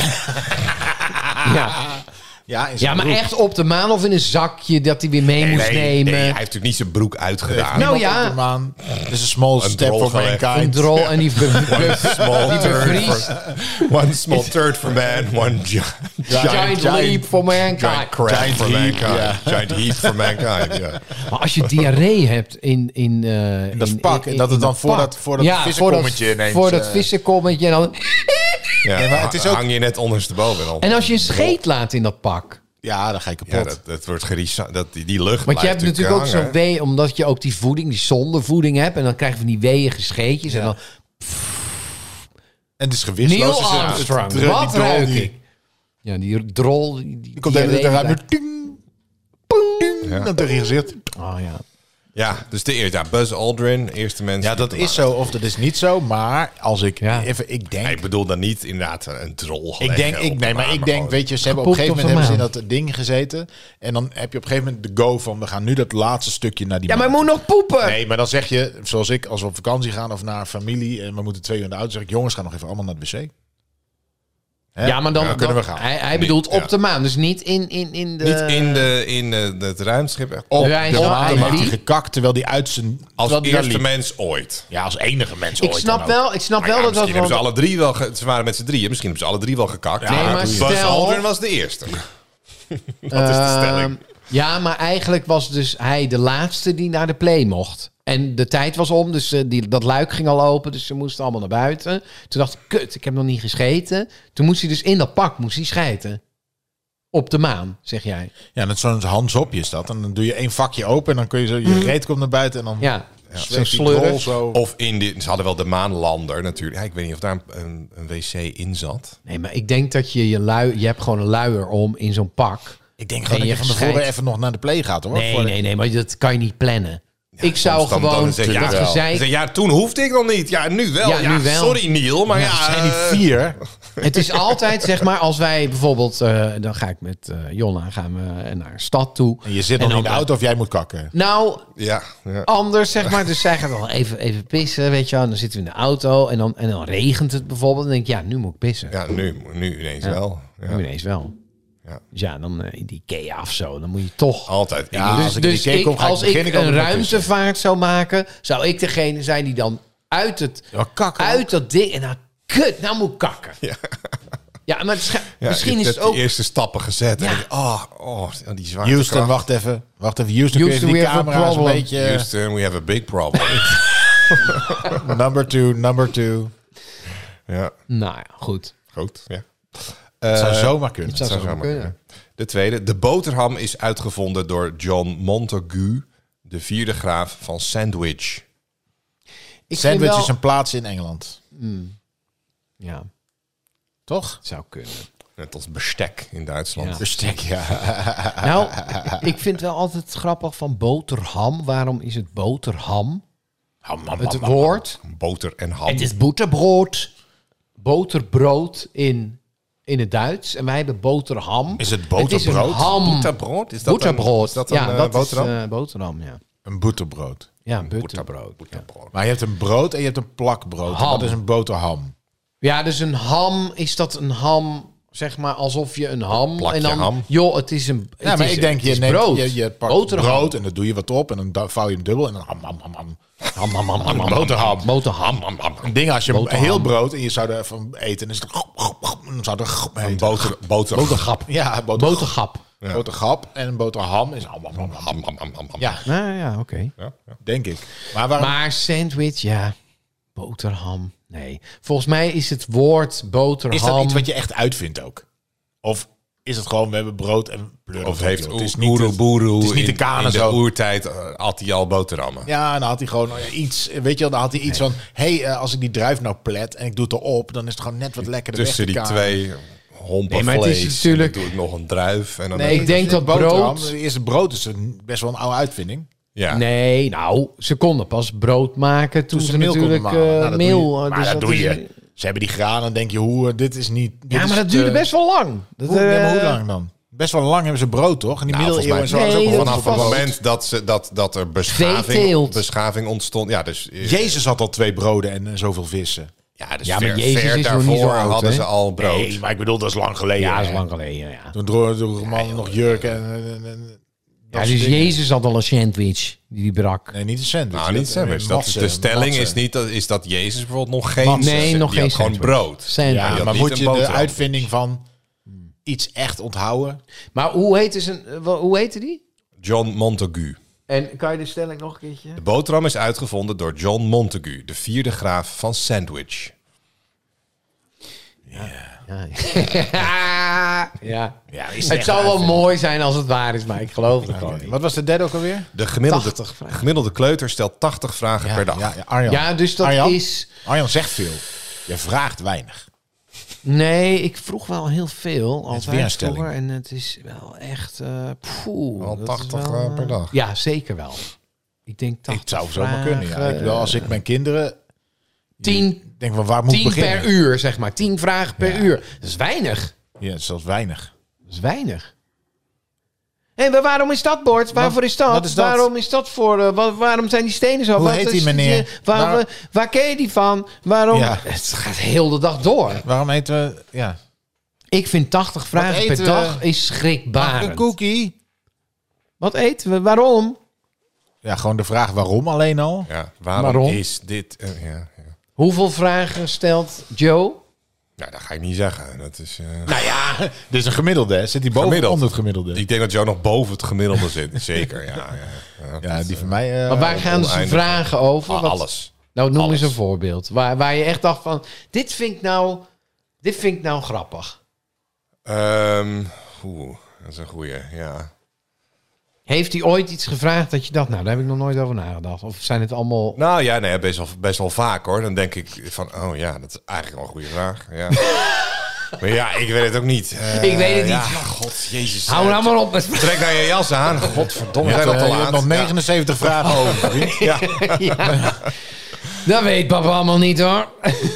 Ja. Ja, in zijn Ja, maar broek. echt op de maan of in een zakje dat hij weer mee moest nee, nemen. nee, hij heeft natuurlijk niet zijn broek uitgedaan. Nou, Niemand ja. op de maan. Dit is een small Een step drol for gelegd. mankind. Een drol en die, be, be- Small die turd bevriest. for- one small turd for man, one gi- giant, Giant leap for mankind. giant crap Giant for heap, mankind. ja. Giant heap for mankind, ja. Maar als je diarree hebt in... in, uh, in dat pak, en dat het dan voor dat- voor dat vissenkommetje voor ineens, Voor dat eh, vissenkommetje. En, dan, ja maar het is ook- hang je net ondersteboven. Dan. en als je een scheet laat in dat pak. Ja, dan ga je kapot. Ja, dat, dat wordt gerisa, dat die, die lucht Want je hebt blijft natuurlijk ook zo'n hangen. wee, omdat je ook die voeding, die zondevoeding hebt. En dan krijg je van die weeënige scheetjes. En dan En het is gewichtsloos. Neil dus het- het- Armstrong, het- die wat drol ruik die- ik? Ja, die drol. Die, die Die komt de hele tijd diarree eruit. nu ting, ting, Ja. Dan tegen je gezicht. Oh ja. Ja, dus de eerste, ja, Buzz Aldrin, eerste mens. Ja, die dat op de is maan- zo of dat is niet zo. Maar als ik Ja. even, ik denk... Ik bedoel dan niet inderdaad een drol. Ik denk, ik, nee, maar ik denk, weet je, ze hebben op een Gepoept gegeven moment op de hebben ze in dat ding gezeten. En dan heb je op een gegeven moment de go van, we gaan nu dat laatste stukje naar die Ja, maar je maan. moet nog poepen. Nee, maar dan zeg je, zoals ik, als we op vakantie gaan of naar een familie en we moeten twee uur in de auto, zeg ik, jongens, ga nog even allemaal naar het wc. Hè? Ja, maar dan, Ja, kunnen dan- we gaan. Hij, hij bedoelt ja. op de maan, dus niet in, in, in de... Niet in, de, in eh, het ruimteschip. echt Op Reis de op maan de heeft maan. hij gekakt, terwijl hij uit zijn... Als terwijl hij daar eerste liep. mens ooit. Ja, als enige mens Ik ooit snap dan ook. wel, ik snap Maar wel ja, dat dat misschien hebben ze wel... alle drie wel... ge- Ze waren met z'n drieën. Misschien hebben ze alle drie wel gekakt. Nee, maar Buzz stel- Aldrin was de eerste. Dat is de stelling. Ehm, ja, maar eigenlijk was dus hij de laatste die naar de play mocht. En de tijd was om, dus eh, die, dat luik ging al open, dus ze moesten allemaal naar buiten. Toen dacht ik, kut, ik heb nog niet gescheten. Toen moest hij dus in dat pak, moest hij schijten. Op de maan, zeg jij. Ja, dat zo'n handsopje is dat. En dan doe je één vakje open en dan kun je zo, je reet komt naar buiten en dan Ja, zo'n zweeft die slurf. drol zo. Of in de, ze hadden wel de maanlander natuurlijk. Ja, ik weet niet of daar een, een, een wc in zat. Nee, maar ik denk dat je je lui, je hebt gewoon een luier om in zo'n pak. Ik denk gewoon En dat je je van tevoren gescheit. even nog naar de play gaat, hoor. Nee, Voor de- nee, nee, maar dat kan je niet plannen. ik zou Soms dan- gewoon dan zeg je, dat ja, gezeik... zeg, ja, toen hoefde ik nog niet. Ja, nu wel. Ja, Ja, nu wel. Sorry, Neil. Maar ja, Er zijn niet eh, vier. Het is altijd, zeg maar, als wij bijvoorbeeld... eh, dan ga ik met eh, Jonna gaan we naar een stad toe. En je zit En nog in dan- de auto of jij moet kakken. Nou, Ja, ja. anders, zeg maar. Dus zij gaat dan even, even pissen, weet je wel. En dan zitten we in de auto en dan, en dan regent het bijvoorbeeld. En dan denk ik, ja, nu moet ik pissen. ja nu, nu ineens wel. Ja. Nu ineens wel. Ja. Dus ja, dan eh, in die IKEA of zo. Dan moet je toch... Altijd. Ik Ja, moet- als Dus, ik in dus die IKEA ik, kom, ga ik als begin ik ik altijd een met pissen. ruimtevaart zou maken... zou ik degene zijn die dan uit het... Ja, kakken. uit dat ding... En nou, kut, nou moet ik kakken. Ja, ja maar het scha- ja, misschien je is hebt het ook... de eerste stappen gezet. Ja. En ik, oh, oh, die zwaartekracht. Houston, wacht even. Wacht even. Houston, kun je Houston, even we die have a camera's een problem. beetje... Houston, we have a big problem. Number two, number two. ja, Nou ja, goed. goed. Ja. Het zou Eh, zomaar kunnen. Het zou zou zo zomaar kunnen. kunnen. De tweede. De boterham is uitgevonden door John Montagu, de vierde graaf van Sandwich. Ik vind Sandwich wel- is een plaats in Engeland. Ja, Toch? het zou kunnen. Net als bestek in Duitsland. Ja. Bestek, ja. Nou, ik vind wel altijd grappig van boterham. Waarom is het boterham? Ham, ham, Het ham, ham. woord. Boter en ham. Het is boterbrood. Boterbrood in, in het Duits. En wij hebben boterham. Is het Het is een boterbrood? ham. Boterbrood? Is dat Boterbrood. Een, is dat een ja, eh, dat boterham? is eh, boterham, ja. Een boterbrood. Ja, boterbrood. Ja. Maar je hebt een brood en je hebt een plakbrood. Ham. Dat is een boterham. ja, dus een ham, is dat een ham... Zeg maar alsof je een ham... Plakje en dan, ham. Joh, het is een Ja, het maar is, ik denk, het je is neemt brood. je, je pakt Boterham. brood en dan doe je wat op en dan du- vouw je hem dubbel en dan ham, ham, ham, ham. Ham, ham, ham, ham, ham. Boterham. Boterham. Een ding als je Boterham. heel brood en je zou er van eten, dan is het dan zou er Een boter, boter, Botergap. ja, boter, Botergap. Ja. Botergap en een boterham is allemaal ham, ham, Ham, ham, ham, ham, ham. Ja, Nou ja, oké. Ja, ja. denk ik. Maar waarom... Maar sandwich, ja. Boterham, nee. Volgens mij is het woord boterham... is dat iets wat je echt uitvindt ook? Of is het gewoon, we hebben brood en pleuren? Of heeft het is niet Oeroboeroe het is niet in, de kanen in de zo. oertijd uh, had hij al boterhammen. Ja, en dan had hij gewoon oh ja, iets, weet je wel, dan had hij iets van, hé, hey, uh, als ik die druif nou plet en ik doe het erop, dan is het gewoon net wat lekkerder. Tussen die weg te kanen. twee hompen Nee, maar het is vlees. natuurlijk- En dan doe ik nog een druif. En dan Nee, heb ik je- denk dat boterham, brood... de eerste brood is een, best wel een oude uitvinding. Ja. Nee, nou, ze konden pas brood maken toen, Toen ze ze meel natuurlijk konden maken. uh, Nou, dat meel... doe je. uh, Maar dus dat doe is- je. Ze hebben die granen, dan denk je, hoe, uh, dit is niet... dit Ja, is maar dat het, duurde uh, best wel lang. Dat, Hoe, ja, maar hoe eh, lang dan? Best wel lang hebben ze brood, toch? In die Nou, middeleeuwen en zo. volgens is mij- ook nee, wel Vanaf het brood. moment dat, ze, dat, dat er beschaving, Veeteelt. beschaving ontstond. Ja, dus, eh, Jezus had al twee broden en uh, zoveel vissen. ja, dus Ja, maar ver, Jezus ver is nog niet daarvoor zo oud, hadden hè? ze al brood. Nee, maar ik bedoel, dat is lang geleden. Ja, dat is hè. lang geleden, ja. Toen droegen droegen mannen nog jurken en... en, en- en Ja, dat dus soort dingen. Jezus had al een sandwich die die brak. Nee, niet een sandwich. Nou, niet Dat- sandwich. Dat, matsen, de stelling matsen. is niet dat, is dat Jezus bijvoorbeeld nog geen... Matsen. Nee, nog die geen had gewoon sandwich. brood. Sandwich. Ja, die had maar niet moet een je de boterham. uitvinding van iets echt onthouden? Maar hoe heette, zijn, uh, wa- hoe heette die? John Montagu. En kan je de stelling nog een keertje? De boterham is uitgevonden door John Montagu, de vierde graaf van Sandwich. Ja. ja. Ja, is Het zou wel mooi zijn als het waar is, maar ik geloof het gewoon niet. Wat was de derde ook alweer? De gemiddelde, tachtig vragen. gemiddelde kleuter stelt tachtig vragen per dag. Ja, ja, Arjan. Ja, dus dat Arjan? is... Arjan zegt veel. Je vraagt weinig. Nee, ik vroeg wel heel veel. Altijd weer een stelling. vroeger. En het is wel echt... uh, poeh, Wel dat is tachtig wel, uh, per dag. Ja, zeker wel. Ik denk Het tachtig zou zomaar vragen, kunnen. Ja. Ik bedoel, als ik mijn kinderen Tien, denk van waar moet ik tien beginnen? per uur, zeg maar. Tien vragen per Ja. uur. Dat is weinig. Ja, dat is zelfs weinig. Dat is weinig. Hé, maar waarom is dat, Bord? Waarvoor is dat? wat is dat? Waarom is dat voor... uh, wa- waarom zijn die stenen zo? Hoe Wat heet is die meneer? die- waar, Waar- waar ken je die van? Waarom? Ja. Het gaat heel de dag door. Waarom eten we... Ja. Ik vind tachtig vragen per eten we? dag is Mag schrikbarend. een cookie? Wat eten we? Waarom? Ja, gewoon de vraag waarom alleen al. Ja, waarom, Waarom? is dit... uh, ja, ja. Hoeveel vragen stelt Joe? Nou, dat ga ik niet zeggen. Dat is, uh, Nou ja, dit is een gemiddelde. Hè? Zit die boven Gemiddeld. onder het gemiddelde? ik denk dat Joe nog boven het gemiddelde zit. Zeker, ja. ja, ja. Ja, die van mij... eh, Maar waar gaan ze oneindig. vragen over? Ah, Wat- alles. Nou, noem Alles. eens een voorbeeld. Waar, waar je echt dacht van... Dit vind ik nou, dit vind ik nou grappig. Ehm, Oeh, dat is een goeie, ja. Heeft hij ooit iets gevraagd dat je dacht... Nou, daar heb ik nog nooit over nagedacht. Of zijn het allemaal... Nou ja, nee, best wel, best wel vaak hoor. Dan denk ik van, oh ja, dat is eigenlijk wel een goede vraag. Ja. Maar ja, ik weet het ook niet. Eh, Ik weet het ja, niet. God, jezus. Hou eh, nou maar op met... Trek nou je jas aan. Godverdomme, Je zijn hebt, dat te eh, je laat. hebt nog Ja. negenenzeventig vragen over. vriend. Ja. Ja. Dat weet papa allemaal niet, hoor.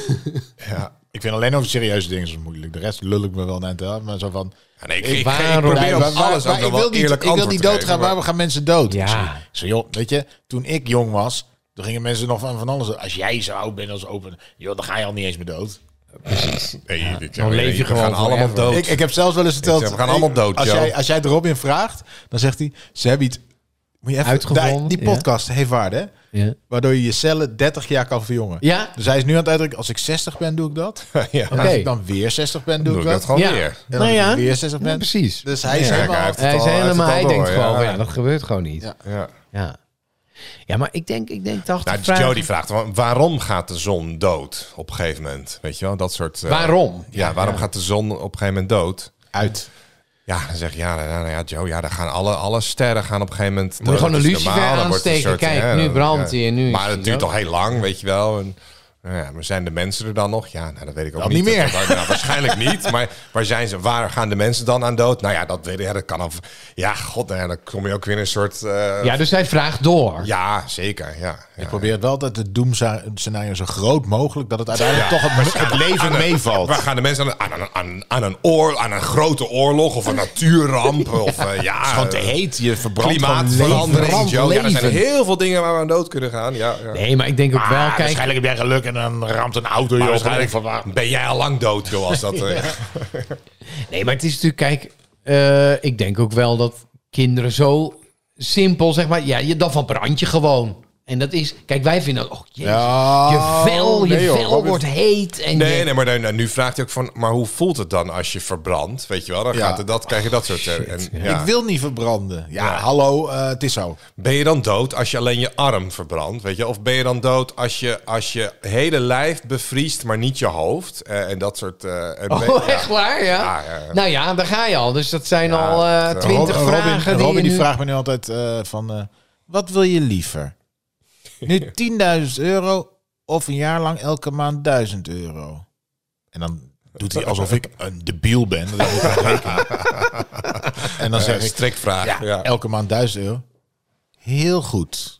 Ja. Ik vind alleen over serieuze dingen zo moeilijk. De rest lul ik me wel naar te maar zo van... Ja, nee, ik, ik, ik, Waarom? probeer Nee, op waar- waar- alles waar- ook nog ik wil wel niet, eerlijk ik wil antwoord niet te doodgaan. geven, maar- Waarom gaan mensen dood? Ja. Ik zeg, ik zeg, joh, weet je, toen ik jong was, toen gingen mensen nog van, van alles. Als jij zo oud bent als open, joh, dan ga je al niet eens meer dood. Nee, ik zeg, Dan leef je we gewoon gaan allemaal forever. dood. Ik, ik heb zelfs wel eens verteld. Ik zeg, we gaan allemaal dood, Als Joe. jij, als jij het Robin vraagt, dan zegt hij, ze hebben iets... Moet je even, Uitgevonden, die ja. podcast heeft waarde, hè? Ja. Waardoor je je cellen dertig jaar kan verjongen. Ja? Dus hij is nu aan het uitdrukken, als ik zestig ben, doe ik dat. Ja. En Oké. als ik dan weer zestig ben, doe, Doe ik ik dat. dat gewoon Ja. weer. En als Nou ik ja. weer zestig ben. Ja, precies. Dus hij is Ja, helemaal... hij heeft het Hij is al- hij heeft het helemaal... al Hij door, denkt ja. gewoon... Ja, dat gebeurt gewoon niet. Ja. Ja. Ja. Ja, maar ik denk, ik denk tachtig Nou, vragen... Joe die vraagt, wa- waarom gaat de zon dood op een gegeven moment? Weet je wel, dat soort... eh, Waarom? Ja, waarom gaat de zon op een gegeven moment dood? Uit. Ja, dan zeg je, ja, nou, nou ja, Joe, ja, dan gaan alle, alle sterren gaan op een gegeven moment Moet je dood. gewoon een Dat is lucifer normaal, dan wordt het een aansteken. Kijk, hè, nu dan- brandt hij en nu is Maar hij het duurt dood. toch heel lang, weet je wel. En, nou ja, maar zijn de mensen er dan nog? Ja, nou, dat weet ik ook Dan niet. niet meer. Dat- dat- nou, waarschijnlijk niet. Maar waar zijn ze? Waar gaan de mensen dan aan dood? Nou ja, dat weet ik. Ja, dat kan af. Ja, god, nou ja, dan kom je ook weer in een soort. eh, Ja, dus hij vraagt door. ja, zeker. Ja, ja. Ik probeer wel dat het doemscenario zo groot mogelijk, dat het uiteindelijk toch het, het leven meevalt. Waar gaan de mensen aan, aan, aan, aan, een oor, aan een grote oorlog of een natuurramp? Of uh, ja, Het is gewoon te heet, je verbrandt klimaatverandering, Brand Joe. Ja, er zijn leven. heel veel dingen waar we aan dood kunnen gaan. Ja, ja. Nee, maar ik denk ook wel... Ah, Kijk, waarschijnlijk heb jij geluk en dan ramt een auto je Maar op. waarschijnlijk Van waar- ben jij al lang dood, joh, als dat... eh, nee, maar het is natuurlijk... Kijk, eh, ik denk ook wel dat kinderen zo simpel, zeg maar... Ja, je, dan verbrand je gewoon. En dat is... Kijk, wij vinden... Oh, jezus, Ja, je vel, je nee, joh, vel Robin- wordt heet. En Nee, je- nee, maar dan, nu vraagt hij ook van... Maar hoe voelt het dan als je verbrandt? Weet je wel, dan Ja. gaat het, dat, krijg je dat soort... eh, en, ja. Ik wil niet verbranden. Ja, Ja. hallo, uh, het is zo. Ben je dan dood als je alleen je arm verbrandt? Weet je? Of ben je dan dood als je, als je hele lijf bevriest, maar niet je hoofd? Eh, en dat soort... eh, en Oh, ben- ja. echt waar? Ja. Ja, ja. Nou ja, daar ga je al. Dus dat zijn Ja, al eh, dat- twintig Robin, vragen Robin, die Robin je die nu... vraagt me nu altijd uh, van... Uh, wat wil je liever? Nu tienduizend euro of een jaar lang elke maand duizend euro? En dan doet hij alsof ik een debiel ben. Dat ik niet kan rekenen. En dan zeg Eh, ik... strikvraag. Ja, Ja. elke maand duizend euro. Heel goed.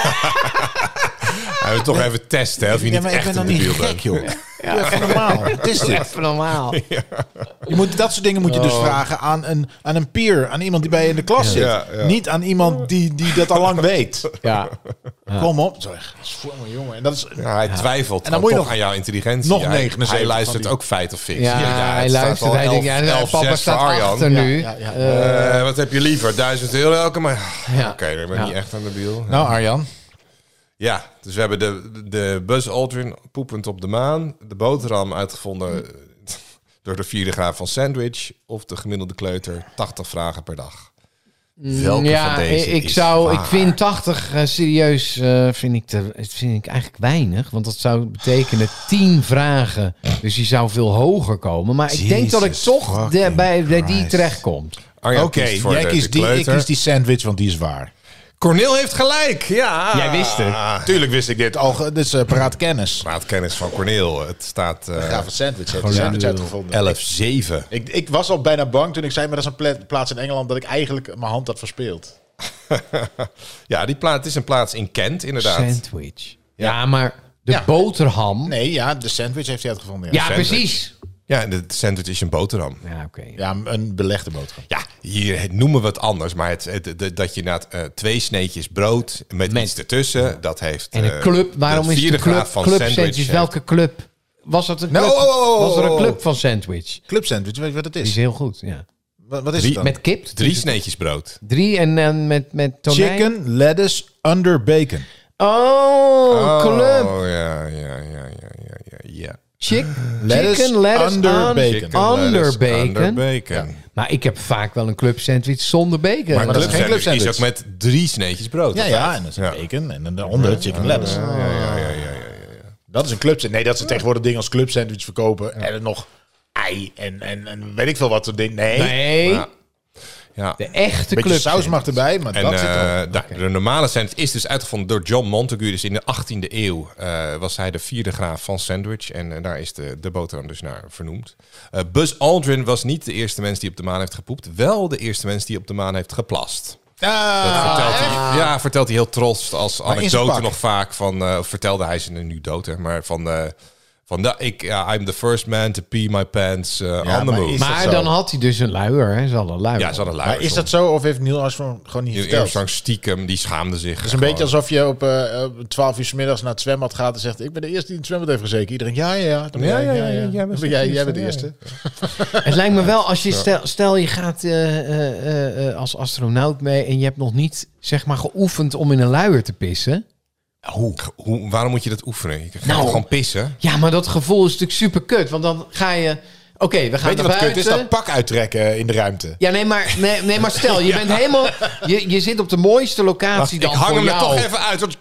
Hij wil toch even testen, hè, of je Ja, niet maar ik echt ben een dan niet debiel gek, bent. joh. Ja, even normaal. Wat is dit? Even normaal. Je moet, dat soort dingen moet je dus vragen aan een, aan een peer. Aan iemand die bij je in de klas zit. Ja, ja. Niet aan iemand die, die dat al lang weet. Ja. Kom op. Zo, jongen, jongen. En dat is... Ja, hij twijfelt En dan gewoon moet je toch nog- aan jouw intelligentie. nog Hij- negenenzeventig Hij van luistert die- ook feit of fictie. Ja, het hij staat luistert. al Hij denkt, ja, elf papa zes staat voor Arjan. achter nu. Ja, ja, ja. Eh, wat heb je liever? Duizend euro elke maand? Ja. Oké, ik ben Ja. niet echt aan de debiel. Nou, Arjan. Ja, dus we hebben de, de Buzz Aldrin poepend op de maan. De boterham uitgevonden door de vierde graad van sandwich. Of de gemiddelde kleuter. tachtig vragen per dag. Welke ja, van deze ik is zou, ik waar? vind tachtig uh, serieus uh, vind ik, te, vind ik eigenlijk weinig. Want dat zou betekenen tien vragen. Dus die zou veel hoger komen. Maar ik denk dat ik Jesus toch de, fucking bij, bij die Christ. terechtkomt. Arjan Oké, kiest voor jij de- kiest de die, ik kleuter. kies die sandwich, want die is waar. Cornel heeft gelijk, ja. Jij wist het. Tuurlijk wist ik dit. Al, ge- dit is uh, paraat kennis. Maatkennis van Cornel. Het staat uh, Ga van sandwich. Heeft die sandwich uitgevonden. elf zeven. Ik, ik was al bijna bang toen ik zei, maar dat is een pla- plaats in Engeland dat ik eigenlijk mijn hand had verspeeld. Ja, die plaats het is een plaats in Kent, inderdaad. Sandwich. Ja, maar de Ja. boterham. Nee, ja, de sandwich heeft hij uitgevonden. Ja, ja, sandwich. precies. Ja, de sandwich is een boterham. Ja, oké. ja een belegde boterham. Ja, hier noemen we het anders. Maar het, het, het- dat je inderdaad uh, twee sneetjes brood met, Met- iets ertussen, dat heeft... En een uh, club. Waarom is vierde de club, graad van club sandwich sandwich? heeft- Welke club? Was dat een club? Nou, oh, oh, oh, Was er een oh. club van sandwich? Club sandwich, weet je wat het Die is is? heel goed, ja. Wat, wat is Drie- het dan? Met kip? Drie sneetjes brood. Drie en dan met, met tonijn? Chicken, lettuce, under bacon. Oh, club. Oh, ja, ja, ja, ja, ja, ja, ja. Chick, Lettuce chicken, lettuce, under on- bacon. Chicken, Under lettuce, bacon. Under bacon. Maar ik heb vaak wel een club sandwich zonder bacon. Maar, dat is club geen club sandwich is ook sandwich. met drie sneetjes brood. Ja, of ja, vijf? en dat is Ja. bacon en dan daaronder chicken, lettuce. Ja, ja, ja, ja, ja. Dat is een club sandwich. Nee, dat ze tegenwoordig dingen als club sandwich verkopen. En dan nog ei en, en, en weet ik veel wat soort dingen. Nee, Nee, Ja. Ja. de echte beetje club saus mag sandwich. erbij, maar En dat zit uh, er. da- de normale sandwich is dus uitgevonden door John Montagu. Dus in de achttiende eeuw uh, was hij de vierde graaf van sandwich. En uh, daar is de, de boterham dus naar vernoemd. Uh, Buzz Aldrin was niet de eerste mens die op de maan heeft gepoept. Wel de eerste mens die op de maan heeft geplast. Ah, Dat vertelt hij, ja, vertelt hij heel trots als in zijn anekdote pak. nog vaak van... Uh, of vertelde hij ze nu dood, hè, maar van... Uh, van de, ik, ja, I'm the first man to pee my pants uh, Ja, on the maar moon. is dat Maar zo? dan had hij dus een luier, hè? Ze hadden een luier. Ja, ze hadden maar luiers is dat om. zo of heeft Neil Armstrong gewoon niet Neil verteld? Armstrong stiekem, die schaamde zich. Het is een beetje alsof je op uh, twaalf uur 's middags naar het zwembad gaat en zegt: ik ben de eerste die in het zwembad heeft gezeten. Iedereen, ja, ja, ja. Dan ben Ja, jij, ja, ja, ja, jij Dan bent ben de jij, jij eerste, bent de ja, eerste. Het lijkt me wel, als je stel, stel je gaat uh, uh, uh, als astronaut mee en je hebt nog niet, zeg maar, geoefend om in een luier te pissen. Hoe? Hoe? Waarom moet je dat oefenen? Je gaat Nou, toch gewoon pissen? Ja, maar dat gevoel is natuurlijk super kut. Want dan ga je... Oké, okay, we gaan Weet je naar wat kut buiten. is? Dat pak uittrekken in de ruimte. Ja, nee, maar, nee, nee, maar stel, je bent helemaal... Je, je zit op de mooiste locatie dan ik hang voor hem er jou. toch even uit. Want...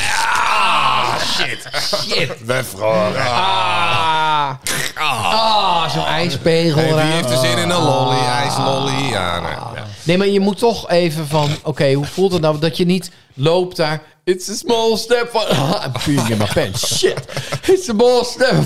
Ah, shit. Shit. Bevroren. Ah, ah zo'n ijspegel Hey, wie eraan. heeft er zin in een lolly? IJslolly? Ja, nee. Ja. Nee, maar je moet toch even van... Oké, okay, hoe voelt het nou dat je niet loopt daar... It's a small step for... Ah, I'm peeing in my pants. Shit. It's a small step.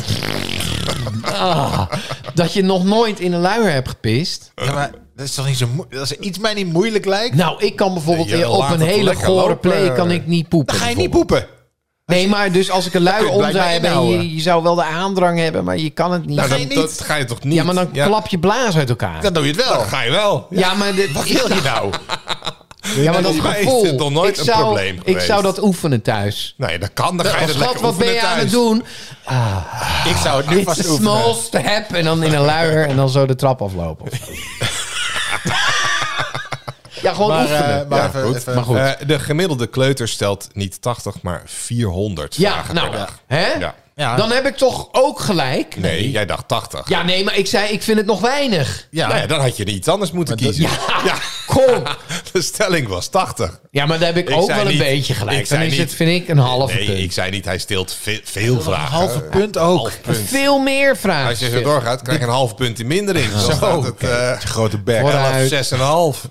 Ah, dat je nog nooit in een luier hebt gepist. Ja, maar dat is toch niet zo moeilijk? Als er iets mij niet moeilijk lijkt, Nou, ik kan bijvoorbeeld Je op laat een het hele lekker gore lopen. play kan ik niet poepen. dan ga je niet bijvoorbeeld. poepen. Nee, maar dus als ik een luier kun je om blijkbaar zou hebben... en inhouden. je, je zou wel de aandrang hebben, maar je kan het niet. Nou, ga dan, je dat niet. ga je toch niet? ja, maar dan ja, klap je blaas uit elkaar. Dan doe je het wel. dan ga je wel. Ja, maar, de, Wat wil je nou? ja, maar dat Volgens mij is gevoel... dit nog nooit ik een zou, probleem Ik geweest. zou dat oefenen thuis. Nee, dat kan. Dan ga je Oh, dat schat, lekker wat ben je oefenen aan het thuis. doen? Ik zou het nu It's vast a oefenen. small step. En dan in een luier en dan zo de trap aflopen. of zo. Ja, gewoon Maar, oefenen. eh, maar Ja, even, goed. even- Maar goed. Eh, de gemiddelde kleuter stelt niet tachtig, maar vierhonderd ja, vragen nou, per dag. hè? Ja. ja, Dan heb ik toch ook gelijk? Nee, jij dacht tachtig. Ja, nee, maar ik zei, ik vind het nog weinig. ja. Nou ja, dan had je iets anders moeten kiezen. Ja, kom. De stelling was tachtig. Ja, maar daar heb ik, Ik ook zei wel een niet- beetje ik gelijk. Dan zei is niet- het, vind ik, een halve Nee, punt. ik zei niet, hij steelt ve- veel vragen. Een halve punt ook. Half punt. Veel meer vragen. Als je zo doorgaat, krijg je een half punt minder in. Zo staat het eh Grote berg. Vooruit. elf, zes en een half.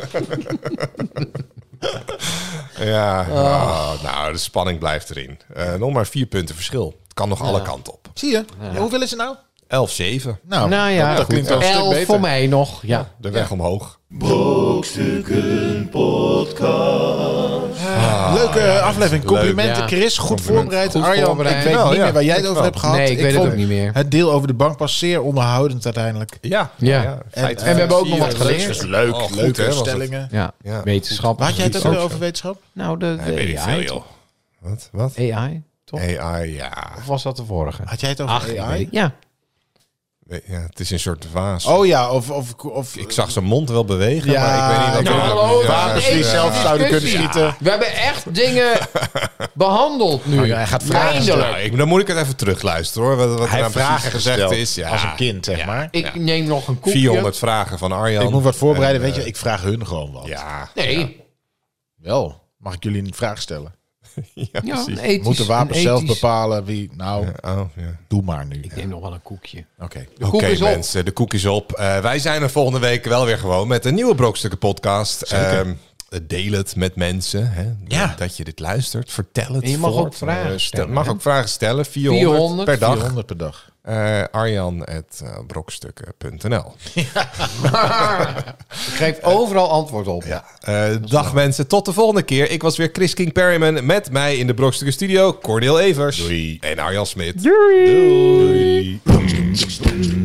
Ja, oh, nou, de spanning blijft erin. Eh, nog maar vier punten verschil. Het kan nog alle kanten op. Zie je? Hoeveel is het nou? elf zeven. Nou, Nou ja, dat, dat klinkt wel een stuk elf beter. voor mij nog. Ja. De weg omhoog. Brokstukken Podcast. Leuke aflevering. Complimenten, Leuk. Chris. Goed Complimenten. voorbereid. Goed Arjan, voorbereid. ik weet Wel, niet ja. meer waar jij het Ik over wel. hebt gehad. Nee, ik weet het vond ook niet meer. Het deel over de bank pas zeer onderhoudend uiteindelijk. Ja. Ja. feiten. En we hebben ook nog wat Vier, geleerd. dus leuk, Oh, goed, leuke hè, was het. stellingen. Ja, Ja. wetenschap. Waar had jij het is ook weer ook over zo. wetenschap? Nou, de, de Nee, weet ik A I, veel, toch? joh. Wat? Wat? A I, toch? A I, ja. Of was dat de vorige? Had jij het over Ach, ik A I? weet- ja. ja. Het is een soort vaas. Oh ja, of... of, of Ik zag zijn mond wel bewegen, Ja, maar ik weet niet wat Nou, er- hallo, Ja, wapens die deze zelf zouden kunnen discussie. schieten. We hebben echt dingen behandeld nu. Oh ja, hij gaat vragen Eindelijk. Nou, ik, dan moet ik het even terugluisteren hoor. Wat, wat Hij er heeft nou vragen precies gezegd gesteld is. Ja, als een kind, zeg ja, maar. Ik ja. neem nog een koekje. vierhonderd vragen van Arjan. Ik moet wat voorbereiden, En, weet je. Ik vraag hun gewoon wat. eh, Ja, Nee. Wel. Mag ik jullie een vraag stellen? ja, Ja, precies. een ethisch, Moet de wapens een zelf ethisch- bepalen wie... Nou, Oh, ja. doe maar nu. Ik neem nog wel een koekje. Oké. De Oké koek is op. mensen, de koek is op. Eh, wij zijn er volgende week wel weer gewoon met een nieuwe Brokstukken podcast. Ehm, deel het met mensen. Hè, Ja. Dat je dit luistert. Vertel het En je mag voort. ook vragen Eh, stel- stellen, mag hè? ook vragen stellen. vierhonderd, vierhonderd per dag. vierhonderd per dag. Uh, Arjan at brokstukken punt n l. Ik geef overal antwoord op. Ja. Uh, dag mensen, tot de volgende keer. Ik was weer Chris King Perryman. Met mij in de Brokstukken studio Cornel Evers. Doei. En Arjan Smit. Doei. Doei.